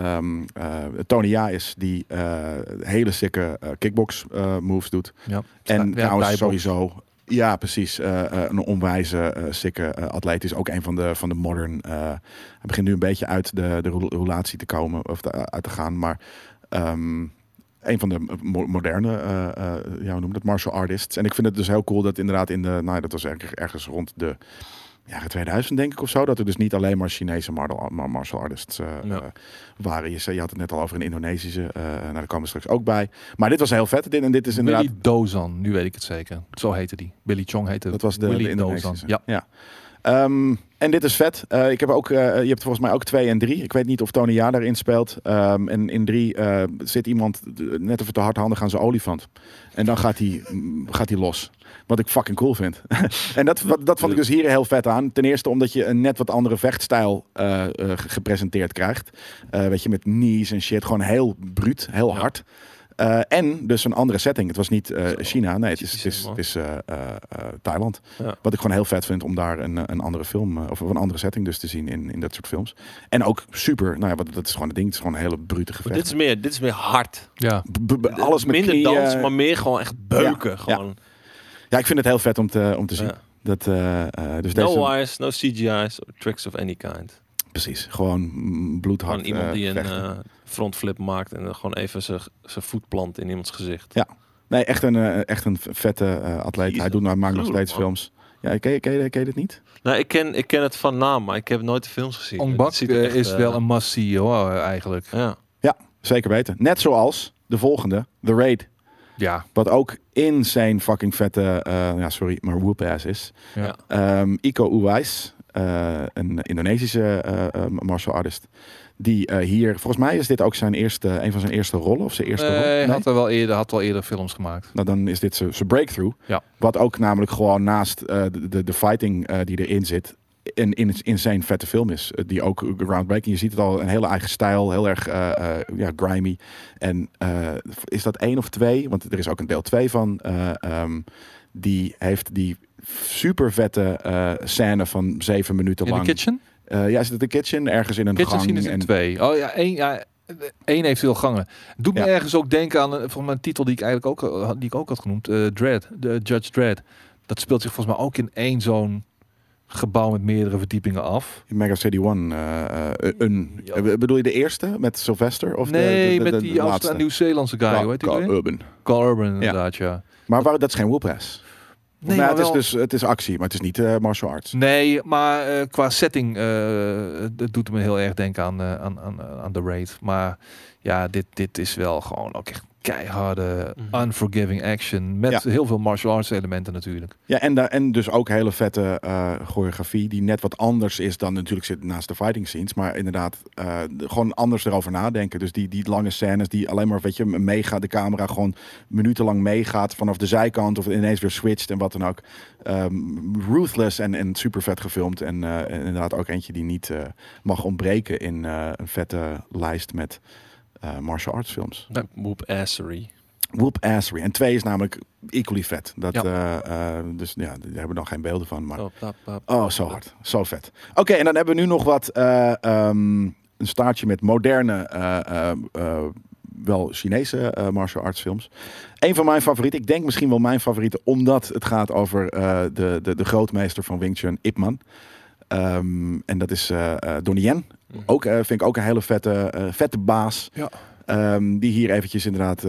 Tony Ja is, die hele sikke kickbox moves doet. Ja. En trouwens sowieso... Ja, precies. Een onwijze, sikke atleet is ook een van de modern... hij begint nu een beetje uit de roulatie te komen, of uit te gaan, maar... een van de moderne, hoe noem dat, martial artists. En ik vind het dus heel cool dat inderdaad dat was ergens rond de jaren 2000 denk ik of zo, dat er dus niet alleen maar Chinese martial artists waren. Je had het net al over een Indonesische, daar komen we straks ook bij. Maar dit was heel vet. Dit is inderdaad... Willy Dozan, nu weet ik het zeker. Zo heette die. Billy Chong heette. Dat was de Indonesische. Ja. En dit is vet. Ik heb ook, je hebt volgens mij ook 2 en 3. Ik weet niet of Tony Ja daarin speelt. En in 3 zit iemand net even te hardhandig aan zijn olifant. En dan gaat hij los. Wat ik fucking cool vind. En dat vond ik dus hier heel vet aan. Ten eerste omdat je een net wat andere vechtstijl gepresenteerd krijgt. Weet je, met knees en shit. Gewoon heel bruut, heel hard. En dus een andere setting. Het was niet China. Nee, het is Thailand. Ja. Wat ik gewoon heel vet vind om daar een andere film... of een andere setting dus te zien in dat soort films. En ook super... Nou ja, dat is gewoon het ding. Het is gewoon een hele brute gevecht. Dit is meer hard. Ja. Alles met minder knieën, dans, maar meer gewoon echt beuken. Ja, ik vind het heel vet om te zien. Ja. Dat, dus no wires, no CGI's, tricks of any kind. Precies, gewoon bloedhard. Gewoon iemand die een frontflip maakt en dan gewoon even zijn voet plant in iemands gezicht. Ja, Nee, echt een vette atleet. Hij maakt nog steeds films. Ja, ken je dit niet? Nou, ik ken het van naam, maar ik heb nooit de films gezien. Ong Bak is wel een must-see hoor, eigenlijk. Ja, zeker weten. Net zoals de volgende, The Raid. Ja. Wat ook insane fucking vette, maar whoop-ass is. Ja. Iko Uwais, een Indonesische martial artist. Die hier, volgens mij is dit ook een van zijn eerste rollen. Of zijn eerste rol. Hij had wel eerder films gemaakt. Nou, dan is dit zijn breakthrough. Ja. Wat ook namelijk gewoon naast de fighting die erin zit, een insane vette film is. Die ook groundbreaking. Je ziet het al, een hele eigen stijl. Heel erg grimy. En is dat 1 of 2? Want er is ook een deel 2 van. Die heeft die super vette scène van 7 minuten lang. In de kitchen? Is het de kitchen? Ergens in een gang. Kitchen is in 2. Oh ja, 1. Ja, 1 heeft veel gangen. Doet me ergens ook denken aan van mijn titel die ik eigenlijk ook had genoemd. Dredd. De Judge Dredd. Dat speelt zich volgens mij ook in 1 zo'n gebouw met meerdere verdiepingen af. Mega City One. Bedoel je de eerste met Sylvester? Of met die Nieuw-Zeelandse guy. Hoe heet die? Carl Urban. Carl Urban, inderdaad, ja. Maar dat is geen whoop-ass. Nee, maar het is actie, maar het is niet martial arts. Nee, maar qua setting dat doet me heel erg denken aan The Raid. Maar ja, dit is wel gewoon ook echt keiharde, unforgiving action. Met heel veel martial arts elementen natuurlijk. Ja, en dus ook hele vette choreografie die net wat anders is dan natuurlijk zit naast de fighting scenes. Maar inderdaad, gewoon anders erover nadenken. Dus die lange scènes die alleen maar, meegaat. De camera gewoon minutenlang meegaat vanaf de zijkant of ineens weer switcht en wat dan ook. Ruthless en super vet gefilmd. En inderdaad ook eentje die niet mag ontbreken in een vette lijst met martial arts films. Whoop-assery. Whoop-assery. En 2 is namelijk equally vet. Dus ja, daar hebben we dan geen beelden van. Maar zo hard. Zo vet. Oké, en dan hebben we nu nog wat een staartje met moderne wel Chinese martial arts films. Een van mijn favorieten, ik denk misschien wel mijn favoriete, omdat het gaat over de grootmeester van Wing Chun, Ip Man. En dat is Donnie Yen. Ook, vind ik ook een hele vette baas. Ja. Die hier eventjes inderdaad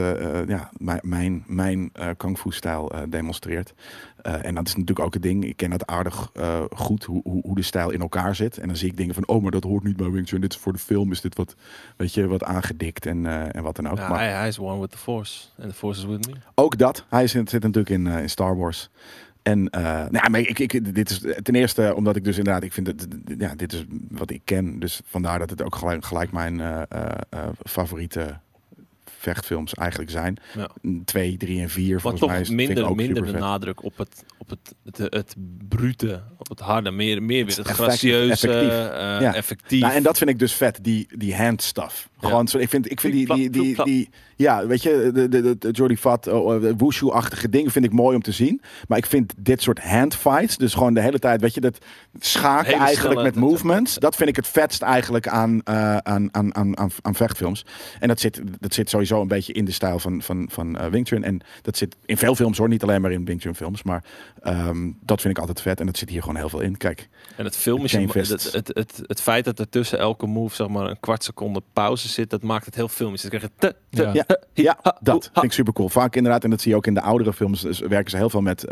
mijn kung fu stijl demonstreert. En dat is natuurlijk ook het ding. Ik ken dat aardig goed, hoe de stijl in elkaar zit. En dan zie ik dingen van, maar dat hoort niet bij Wing Chun. Dit is voor de film, is dit wat aangedikt en wat dan ook. Ja, maar hij is one with the Force. And the Force is with me. Ook dat. Hij zit natuurlijk in Star Wars. En maar dit is ten eerste omdat ik dus inderdaad, ik vind het, dit is wat ik ken. Dus vandaar dat het ook gelijk mijn favoriete vechtfilms eigenlijk zijn. Ja. 2, 3 en 4 volgens mij. Minder de nadruk op het brute, op het harde. Meer weer het gracieuze, effectief. Nou, en dat vind ik dus vet, die hand stuff. Gewoon, ik vind die ja, weet je, de Jordi Fat, wushu-achtige dingen vind ik mooi om te zien. Maar ik vind dit soort handfights, dus gewoon de hele tijd, weet je, dat schaken hele eigenlijk met movements. Dat vind ik het vetst eigenlijk aan vechtfilms. En dat zit sowieso een beetje in de stijl van Wing Chun. En dat zit in veel films hoor, niet alleen maar in Wing Chun films. Maar dat vind ik altijd vet. En dat zit hier gewoon heel veel in. Kijk. En het film is het feit dat er tussen elke move zeg maar een kwart seconde pauze zit, dat maakt het heel filmisch. Dan krijg je dat vind ik super cool. Vaak inderdaad, en dat zie je ook in de oudere films, dus werken ze heel veel met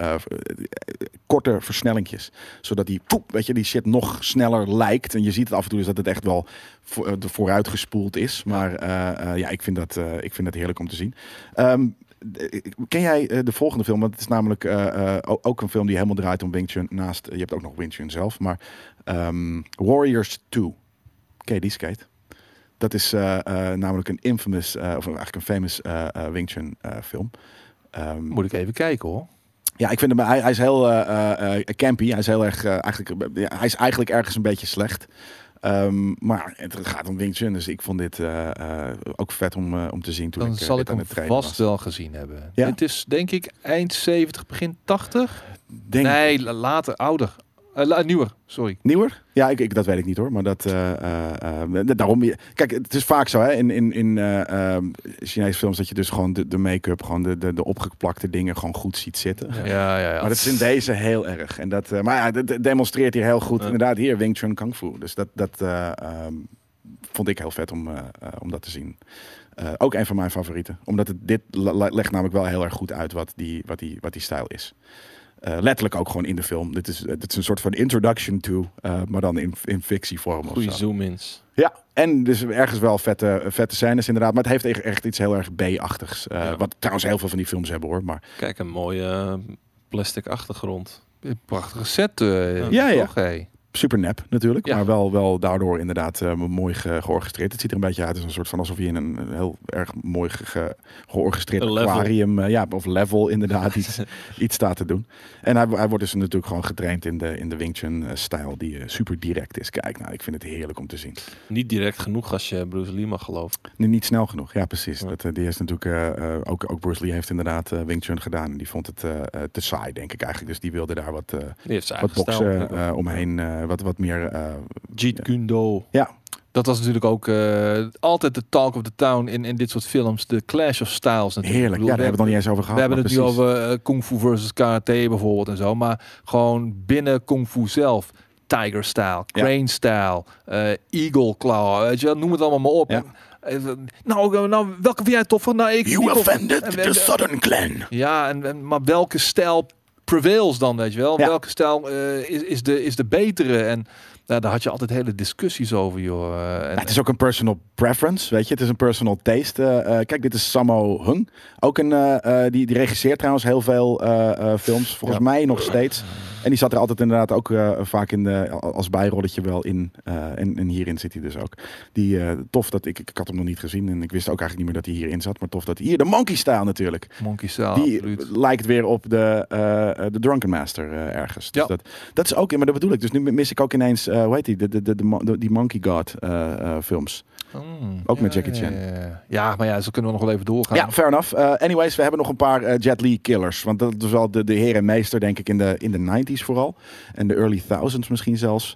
korte versnellingjes. Zodat die shit nog sneller lijkt. En je ziet het af en toe is dat het echt wel vooruit gespoeld is. Maar ik vind dat heerlijk om te zien. Ken jij de volgende film? Want het is namelijk ook een film die helemaal draait om Wing Chun. Naast, je hebt ook nog Wing Chun zelf. Maar Warriors 2. Ken je die skate? Dat is namelijk een infamous, of eigenlijk een famous Wing Chun film. Moet ik even kijken hoor. Ja, ik vind hem, hij is heel campy. Hij is heel erg, hij is eigenlijk ergens een beetje slecht. Maar het gaat om Wing Chun, dus ik vond dit ook vet om te zien. Toen dan zal ik hem vast wel gezien hebben. Ja? Het is denk ik eind 70, begin 80? Nee, later, ouder. Nieuwer, sorry. Nieuwer? Ja, dat weet ik niet hoor. Maar daarom. Kijk, het is vaak zo hè, in Chinese films dat je dus gewoon de make-up, gewoon de opgeplakte dingen gewoon goed ziet zitten. Ja. Maar dat is in deze heel erg. En dat demonstreert hier heel goed. Inderdaad, hier Wing Chun Kung Fu. Dus dat vond ik heel vet om dat te zien. Ook een van mijn favorieten. Omdat dit legt namelijk wel heel erg goed uit wat die stijl is. Letterlijk ook gewoon in de film. Dit is een soort van introduction to, maar dan in fictievorm. Goeie zoom-ins. Ja, en dus ergens wel vette scènes inderdaad. Maar het heeft echt iets heel erg B-achtigs. Wat trouwens heel veel van die films hebben hoor. Maar... Kijk, een mooie plastic achtergrond. Prachtige set. Ja. Toch, hey. Super nep natuurlijk, maar wel daardoor inderdaad mooi georchestreerd. Het ziet er een beetje uit als een soort van alsof je in een heel erg mooi georchestreerd aquarium, of level inderdaad iets staat te doen. En hij wordt dus natuurlijk gewoon getraind in de Wing Chun stijl die super direct is. Kijk, nou, ik vind het heerlijk om te zien. Niet direct genoeg als je Bruce Lee mag geloven. Nu, niet snel genoeg, ja precies. Ja. Die is natuurlijk ook Bruce Lee heeft inderdaad Wing Chun gedaan en die vond het te saai, denk ik eigenlijk. Dus die wilde daar wat boksen omheen. Wat meer... Jeet Kune Do. Ja. Dat was natuurlijk ook altijd de talk of the town in dit soort films. De clash of styles natuurlijk. Heerlijk, daar hebben we het nog niet eens over gehad. We hebben het nu over Kung Fu versus Karate bijvoorbeeld en zo. Maar gewoon binnen Kung Fu zelf. Tiger style, crane style, eagle claw. Weet je, noem het allemaal maar op. Ja. Nou, welke vind jij toffer? Nou, you offended the Southern Clan. Ja, maar welke stijl prevails dan, weet je wel? Ja. Welke stijl is de betere? En daar had je altijd hele discussies over, joh. Het is ook een personal preference, weet je. Het is een personal taste. Kijk, dit is Sammo Hung. Ook die regisseert trouwens heel veel films. Volgens mij nog steeds. En die zat er altijd inderdaad ook vaak als bijrolletje wel in. En hierin zit hij dus ook. Tof dat ik had hem nog niet gezien. En ik wist ook eigenlijk niet meer dat hij hierin zat. Maar tof dat hij hier, de Monkey Style natuurlijk. Monkey Style, die absoluut. Lijkt weer op de Drunken Master ergens. Dus dat is ook, maar dat bedoel ik. Dus nu mis ik ook ineens, hoe heet die Monkey God films. Ook met Jackie Chan. Ja, maar ja, zo kunnen we nog wel even doorgaan. Ja, fair enough. Anyways, we hebben nog een paar Jet Li killers. Want dat is wel de heer en meester, denk ik, in de 90s vooral. En de early 1000s misschien zelfs.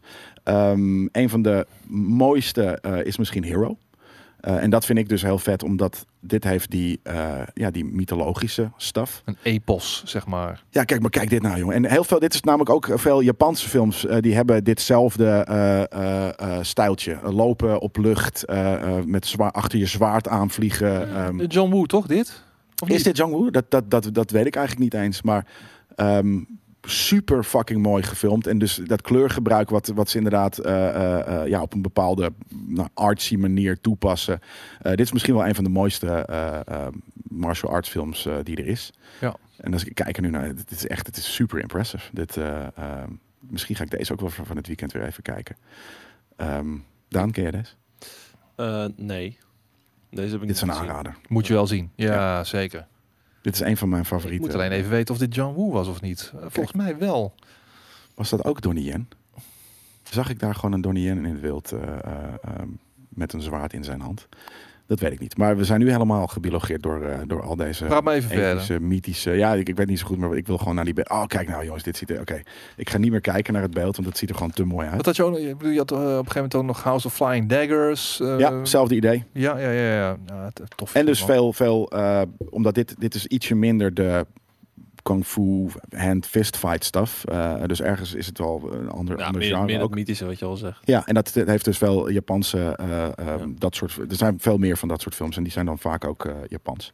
Een van de mooiste is misschien Hero. En dat vind ik dus heel vet, omdat dit heeft die mythologische stuff. Een epos, zeg maar. Ja, kijk dit nou, jongen. En heel veel, dit is namelijk ook veel Japanse films, die hebben ditzelfde stijltje. Lopen op lucht, met achter je zwaard aanvliegen. John Woo, toch, dit? Is dit John Woo? Dat weet ik eigenlijk niet eens, maar... super fucking mooi gefilmd. En dus dat kleurgebruik wat ze inderdaad op een bepaalde artsy manier toepassen. Dit is misschien wel een van de mooiste martial arts films die er is. Ja. En als ik kijk er nu naar, het is super impressive. Misschien ga ik deze ook wel van het weekend weer even kijken. Daan, ken jij deze? Nee. Deze heb ik dit is een aanrader. Moet je wel zien. Ja, zeker. Dit is een van mijn favorieten. Ik moet alleen even weten of dit John Woo was of niet. Volgens mij wel. Was dat ook Donnie Yen? Zag ik daar gewoon een Donnie Yen in het wild met een zwaard in zijn hand? Dat weet ik niet. Maar we zijn nu helemaal gebiologeerd door al deze mythische... Ja, ik weet niet zo goed, maar ik wil gewoon naar die... Oh, kijk nou jongens, dit ziet er... Oké. Ik ga niet meer kijken naar het beeld, want het ziet er gewoon te mooi uit. Wat had je ook? Je had op een gegeven moment ook nog House of Flying Daggers. Ja, hetzelfde idee. Ja, tof. En dus veel omdat dit is ietsje minder de kung fu hand-fist fight stuff. Dus ergens is het wel een ander genre. Meer ook. Het mythische wat je al zegt. Ja, en dat heeft dus wel Japanse dat soort... Er zijn veel meer van dat soort films en die zijn dan vaak ook Japans.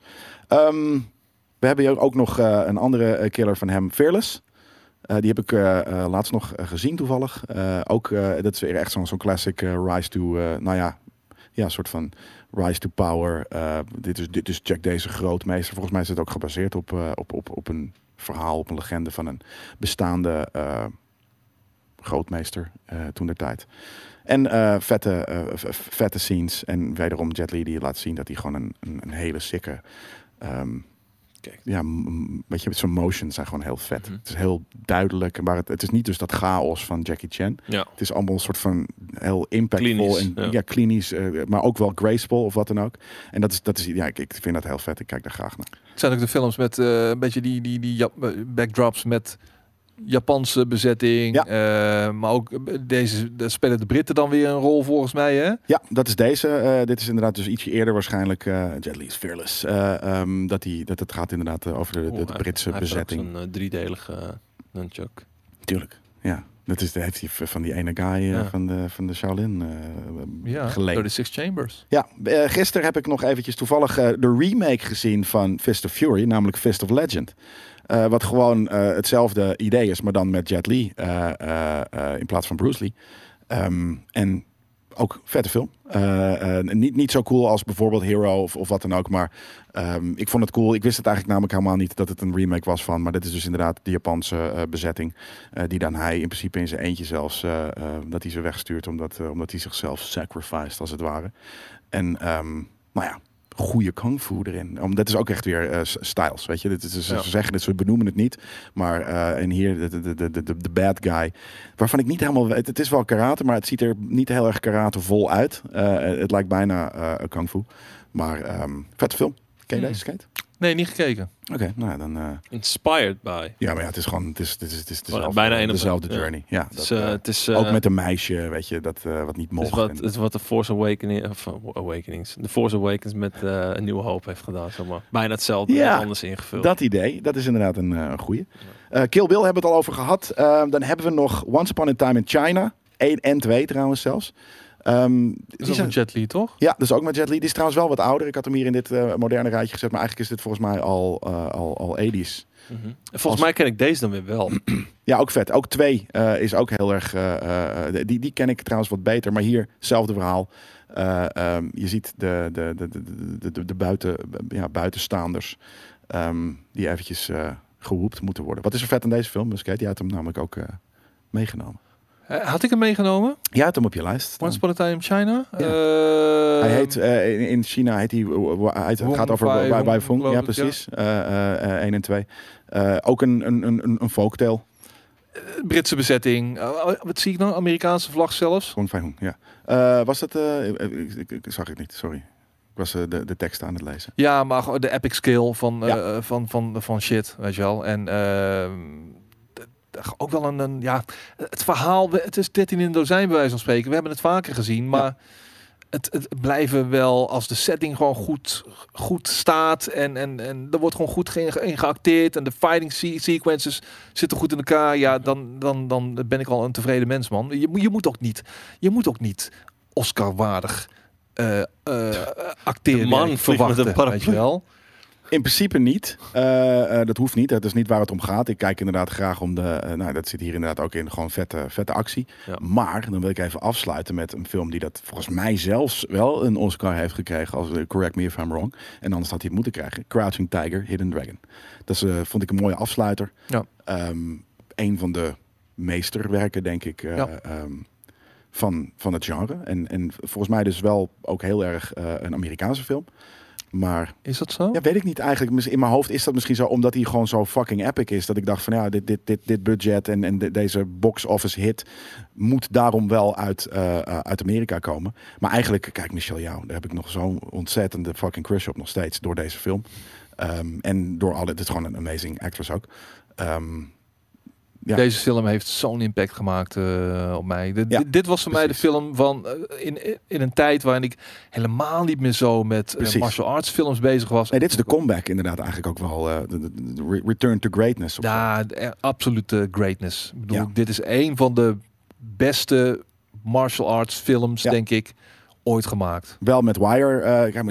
We hebben hier ook nog een andere killer van hem, Fearless. Die heb ik laatst nog gezien toevallig. Dat is weer echt zo'n classic rise to... soort van rise to power. Dit is Jack deze grootmeester. Volgens mij is het ook gebaseerd op een verhaal, op een legende van een bestaande grootmeester toen der tijd. En vette scenes. En wederom Jet Li die laat zien dat hij gewoon een hele sikke... weet je, zijn motions zijn gewoon heel vet. Het is heel duidelijk, maar het is niet dus dat chaos van Jackie Chan. Ja. Het is allemaal een soort van heel impactvol klinisch, en klinisch, maar ook wel graceful of wat dan ook. En dat is ik vind dat heel vet. Ik kijk daar graag naar. Het zijn ook de films met een beetje die backdrops met Japanse bezetting, maar ook daar spelen de Britten dan weer een rol volgens mij, hè? Ja, dat is deze. Dit is inderdaad dus ietsje eerder waarschijnlijk. Jet Li is Fearless. Dat het gaat inderdaad over de Britse bezetting. Hij heeft ook zo'n driedelige nunchuk. Tuurlijk, ja. Dat heeft hij van die ene guy van de Shaolin geleend. 36 Chambers. Ja, gisteren heb ik nog eventjes toevallig de remake gezien van Fist of Fury, namelijk Fist of Legend. Wat gewoon hetzelfde idee is, maar dan met Jet Li in plaats van Bruce Lee. En ook vette film. Niet zo cool als bijvoorbeeld Hero of wat dan ook. Maar ik vond het cool. Ik wist het eigenlijk namelijk helemaal niet dat het een remake was van. Maar dit is dus inderdaad de Japanse bezetting. Die dan hij in principe in zijn eentje zelfs. Dat hij ze wegstuurt omdat hij zichzelf sacrificed als het ware. En nou ja. Goede kung fu erin. Dat is ook echt weer styles, weet je. Ze zeggen het, ze benoemen het niet. Maar en hier de bad guy. Waarvan ik niet helemaal weet. Het is wel karate, maar het ziet er niet heel erg karatevol uit. Het lijkt bijna kung fu. Maar vette film. Ken je deze, Skate? Nee, niet gekeken. Oké, nou dan... Inspired by. Ja, maar ja, het is gewoon... Het is bijna dezelfde journey. Ja, het is, ook met een meisje, weet je, dat wat niet mocht. Het is wat de Force Awakenings. De Force Awakens met een nieuwe hoop heeft gedaan, zeg maar. Bijna hetzelfde, ja, anders ingevuld. Dat idee, dat is inderdaad een goeie. Kill Bill hebben we het al over gehad. Dan hebben we nog Once Upon a Time in China. 1 en 2 trouwens zelfs. Dat is ook met Jet Li, toch? Ja, dus ook met Jet Li. Die is trouwens wel wat ouder. Ik had hem hier in dit moderne rijtje gezet. Maar eigenlijk is dit volgens mij al 80's. Mm-hmm. Volgens mij ken ik deze dan weer wel. Ja, ook vet. Ook 2 is ook heel erg... die ken ik trouwens wat beter. Maar hier, hetzelfde verhaal. Je ziet de buitenstaanders... die eventjes geroept moeten worden. Wat is er vet aan deze film? Dus kijk, die had hem namelijk ook meegenomen. Had ik hem meegenomen? Ja, het hem op je lijst staan. Once Upon a Time in China? Ja. Hij heet, in China heet hij... Het gaat over Wai Fung. Ja, precies. 1 en 2. Ook een folktale. Britse bezetting. Wat zie ik nou? Amerikaanse vlag zelfs? Wong Fai Hung, ja. Was dat... ik zag het niet, sorry. Ik was de tekst aan het lezen. Ja, maar de epic scale van shit, weet je wel. En... ook wel het verhaal, het is 13 in een dozijn bij wijze van spreken. We hebben het vaker gezien, maar het blijven wel, als de setting gewoon goed staat en er wordt gewoon goed in geacteerd en de fighting sequences zitten goed in elkaar, ja, dan ben ik al een tevreden mens, man. Je moet ook niet Oscar-waardig acteren. De man verwachten, met een paraplu. Weet je wel. In principe niet. Dat hoeft niet. Dat is niet waar het om gaat. Ik kijk inderdaad graag om dat zit hier inderdaad ook in. Gewoon vette actie. Ja. Maar dan wil ik even afsluiten met een film die dat volgens mij zelfs wel een Oscar heeft gekregen. Als correct me if I'm wrong. En anders had hij het moeten krijgen. Crouching Tiger, Hidden Dragon. Dat vond ik een mooie afsluiter. Ja. Een van de meesterwerken, denk ik, van het genre. En volgens mij dus wel ook heel erg een Amerikaanse film. Maar is dat zo? Ja, weet ik niet eigenlijk. In mijn hoofd is dat misschien zo, omdat hij gewoon zo fucking epic is. Dat ik dacht van ja, dit budget en deze box office hit moet daarom wel uit Amerika komen. Maar eigenlijk, kijk Michelle Yeoh, daar heb ik nog zo'n ontzettende fucking crush op nog steeds door deze film. En door alle, het is gewoon een amazing actress ook. Ja. Deze film heeft zo'n impact gemaakt op mij. Dit was voor mij de film van in een tijd waarin ik helemaal niet meer zo met martial arts films bezig was. Nee, dit is de comeback inderdaad eigenlijk ook wel. De return to greatness. Ja, absolute greatness. Ik bedoel, dit is een van de beste martial arts films, denk ik, ooit gemaakt. Wel met Wire.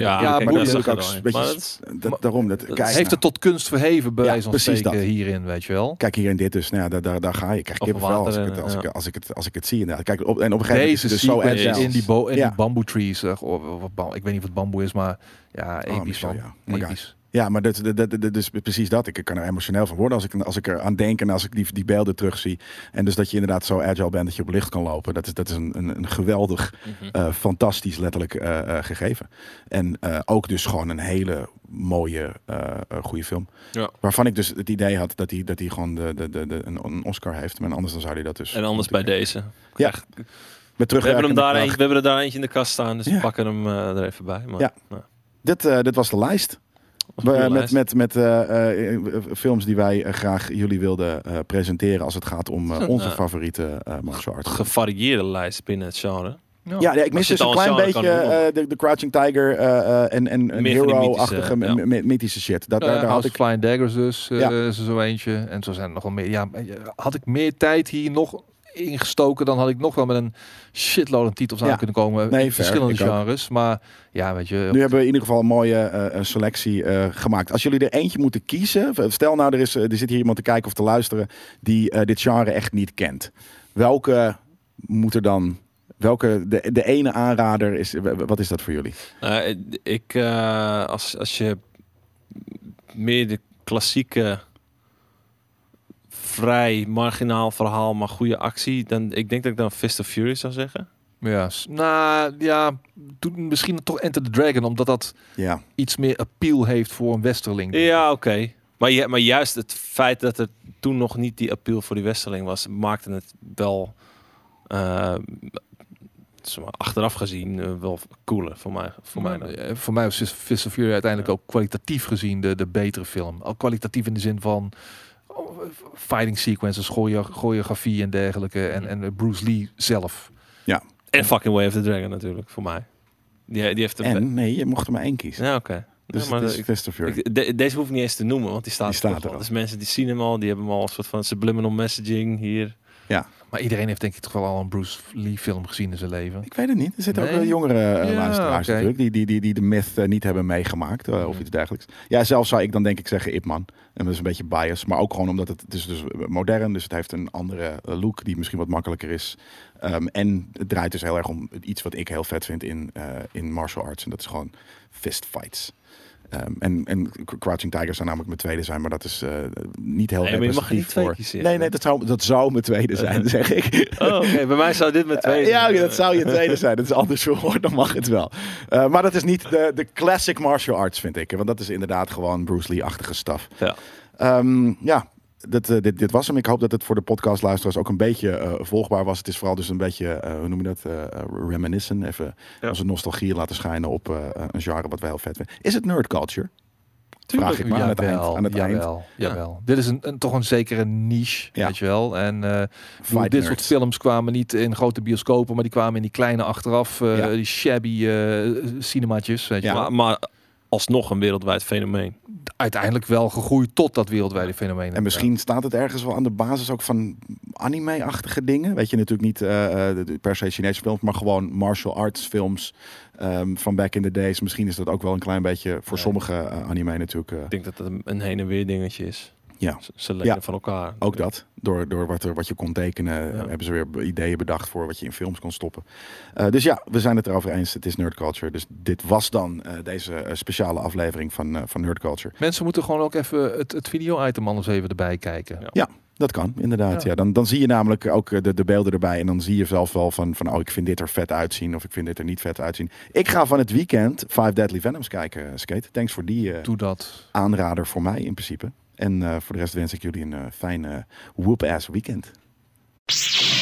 Daarom. Heeft het tot kunst verheven, bij wijze van spreken, hierin, weet je wel. Kijk, hier in dit dus. Nou, daar ga je. Kijk, ik heb het wel als ik het zie. Inderdaad. Kijk, op een gegeven moment is het dus zo agile. In die bamboe trees. Ik weet niet wat bamboe is, maar ja, episch van. Episch. Ja, maar dus precies dat. Ik kan er emotioneel van worden als ik er aan denk en als ik die beelden terugzie. En dus dat je inderdaad zo agile bent dat je op licht kan lopen. Dat is een geweldig, fantastisch letterlijk gegeven. En ook dus gewoon een hele mooie, goede film. Ja. Waarvan ik dus het idee had dat hij gewoon een Oscar heeft. Maar anders dan zou hij dat dus... En anders bij deze. Ja. We hebben er daar eentje in de kast staan. Dus we pakken hem er even bij. Maar, ja. Dit was de lijst. Met films die wij graag jullie wilden presenteren als het gaat om onze favoriete martial arts. Gevarieerde lijst binnen het genre. Ja, ik mis dus een klein beetje de Crouching Tiger en hero-achtige mythische shit. Daar had ik Flying Daggers dus, zo eentje. En zo zijn er nog wel meer. Ja, had ik meer tijd hier nog ingestoken, dan had ik nog wel met een shitload aan titels aan kunnen komen. Verschillende genres. Maar ja, weet je. Nu hebben we in ieder geval een mooie selectie gemaakt. Als jullie er eentje moeten kiezen. Stel nou, er zit hier iemand te kijken of te luisteren die dit genre echt niet kent. Welke moet er dan... de ene aanrader is... Wat is dat voor jullie? Als je meer de klassieke... vrij marginaal verhaal, maar goede actie. Dan, ik denk dat ik dan Fist of Fury zou zeggen. Ja, nou ja, misschien toch Enter the Dragon, omdat dat iets meer appeal heeft voor een westerling. Ja, oké. Maar juist het feit dat er toen nog niet die appeal voor die westerling was, maakte het wel achteraf gezien wel cooler voor mij. Voor mij was Fist of Fury uiteindelijk ook kwalitatief gezien de betere film. Al kwalitatief in de zin van fighting sequences, choreografie en dergelijke. En Bruce Lee zelf. Ja. En fucking Way of the Dragon natuurlijk, voor mij. Die heeft nee, je mocht er maar één kiezen. Ja, oké. Dus ja, het is Fist of Fury. Deze hoef ik niet eens te noemen, want die staat er al. Dus mensen die zien hem al, die hebben hem al een soort van subliminal messaging hier. Ja. Maar iedereen heeft denk ik toch wel al een Bruce Lee film gezien in zijn leven. Ik weet het niet. Er zitten ook wel jongere luisteraars natuurlijk. Die de myth niet hebben meegemaakt. Of iets dergelijks. Ja, zelf zou ik dan denk ik zeggen Ip Man. En dat is een beetje bias. Maar ook gewoon omdat het is dus modern. Dus het heeft een andere look die misschien wat makkelijker is. En het draait dus heel erg om iets wat ik heel vet vind in martial arts. En dat is gewoon fist fights. En Crouching Tiger zou namelijk mijn tweede zijn, maar dat is niet heel representatief voor. Nee, dat zou mijn tweede zijn, zeg ik. Oh, oké. Bij mij zou dit mijn tweede zijn. Ja, dat zou je tweede zijn. Dat is anders verwoord, dan mag het wel. Maar dat is niet de classic martial arts, vind ik. Want dat is inderdaad gewoon Bruce Lee-achtige stuff. Ja. Dit was hem. Ik hoop dat het voor de podcastluisteraars ook een beetje volgbaar was. Het is vooral dus een beetje, hoe noem je dat? Reminiscen. Even onze nostalgie laten schijnen op een genre wat wij heel vet vinden. Is het nerd culture? Vraag ik maar aan het eind. Jawel. Dit is toch een zekere niche, weet je wel. En dit soort films kwamen niet in grote bioscopen, maar die kwamen in die kleine achteraf, die shabby cinemaatjes, weet je wel. Maar alsnog een wereldwijd fenomeen. Uiteindelijk wel gegroeid tot dat wereldwijde fenomeen. En misschien staat het ergens wel aan de basis ook van anime-achtige dingen. Weet je, natuurlijk niet per se Chinese films, maar gewoon martial arts films van back in the days. Misschien is dat ook wel een klein beetje voor sommige anime natuurlijk. Ik denk dat het een heen en weer dingetje is. Ja. Ze leren van elkaar. Ook dat. Door wat je kon tekenen hebben ze weer ideeën bedacht voor wat je in films kon stoppen. Dus ja, we zijn het erover eens. Het is nerd culture. Dus dit was dan deze speciale aflevering van Nerd Culture. Mensen moeten gewoon ook even het video-item anders even erbij kijken. Ja. Dat kan, inderdaad. Ja. Dan zie je namelijk ook de beelden erbij. En dan zie je zelf wel van ik vind dit er vet uitzien. Of ik vind dit er niet vet uitzien. Ik ga van het weekend 5 Deadly Venoms kijken, Skate. Thanks voor die aanrader voor mij in principe. En voor de rest wens ik jullie een fijne whoop-ass weekend.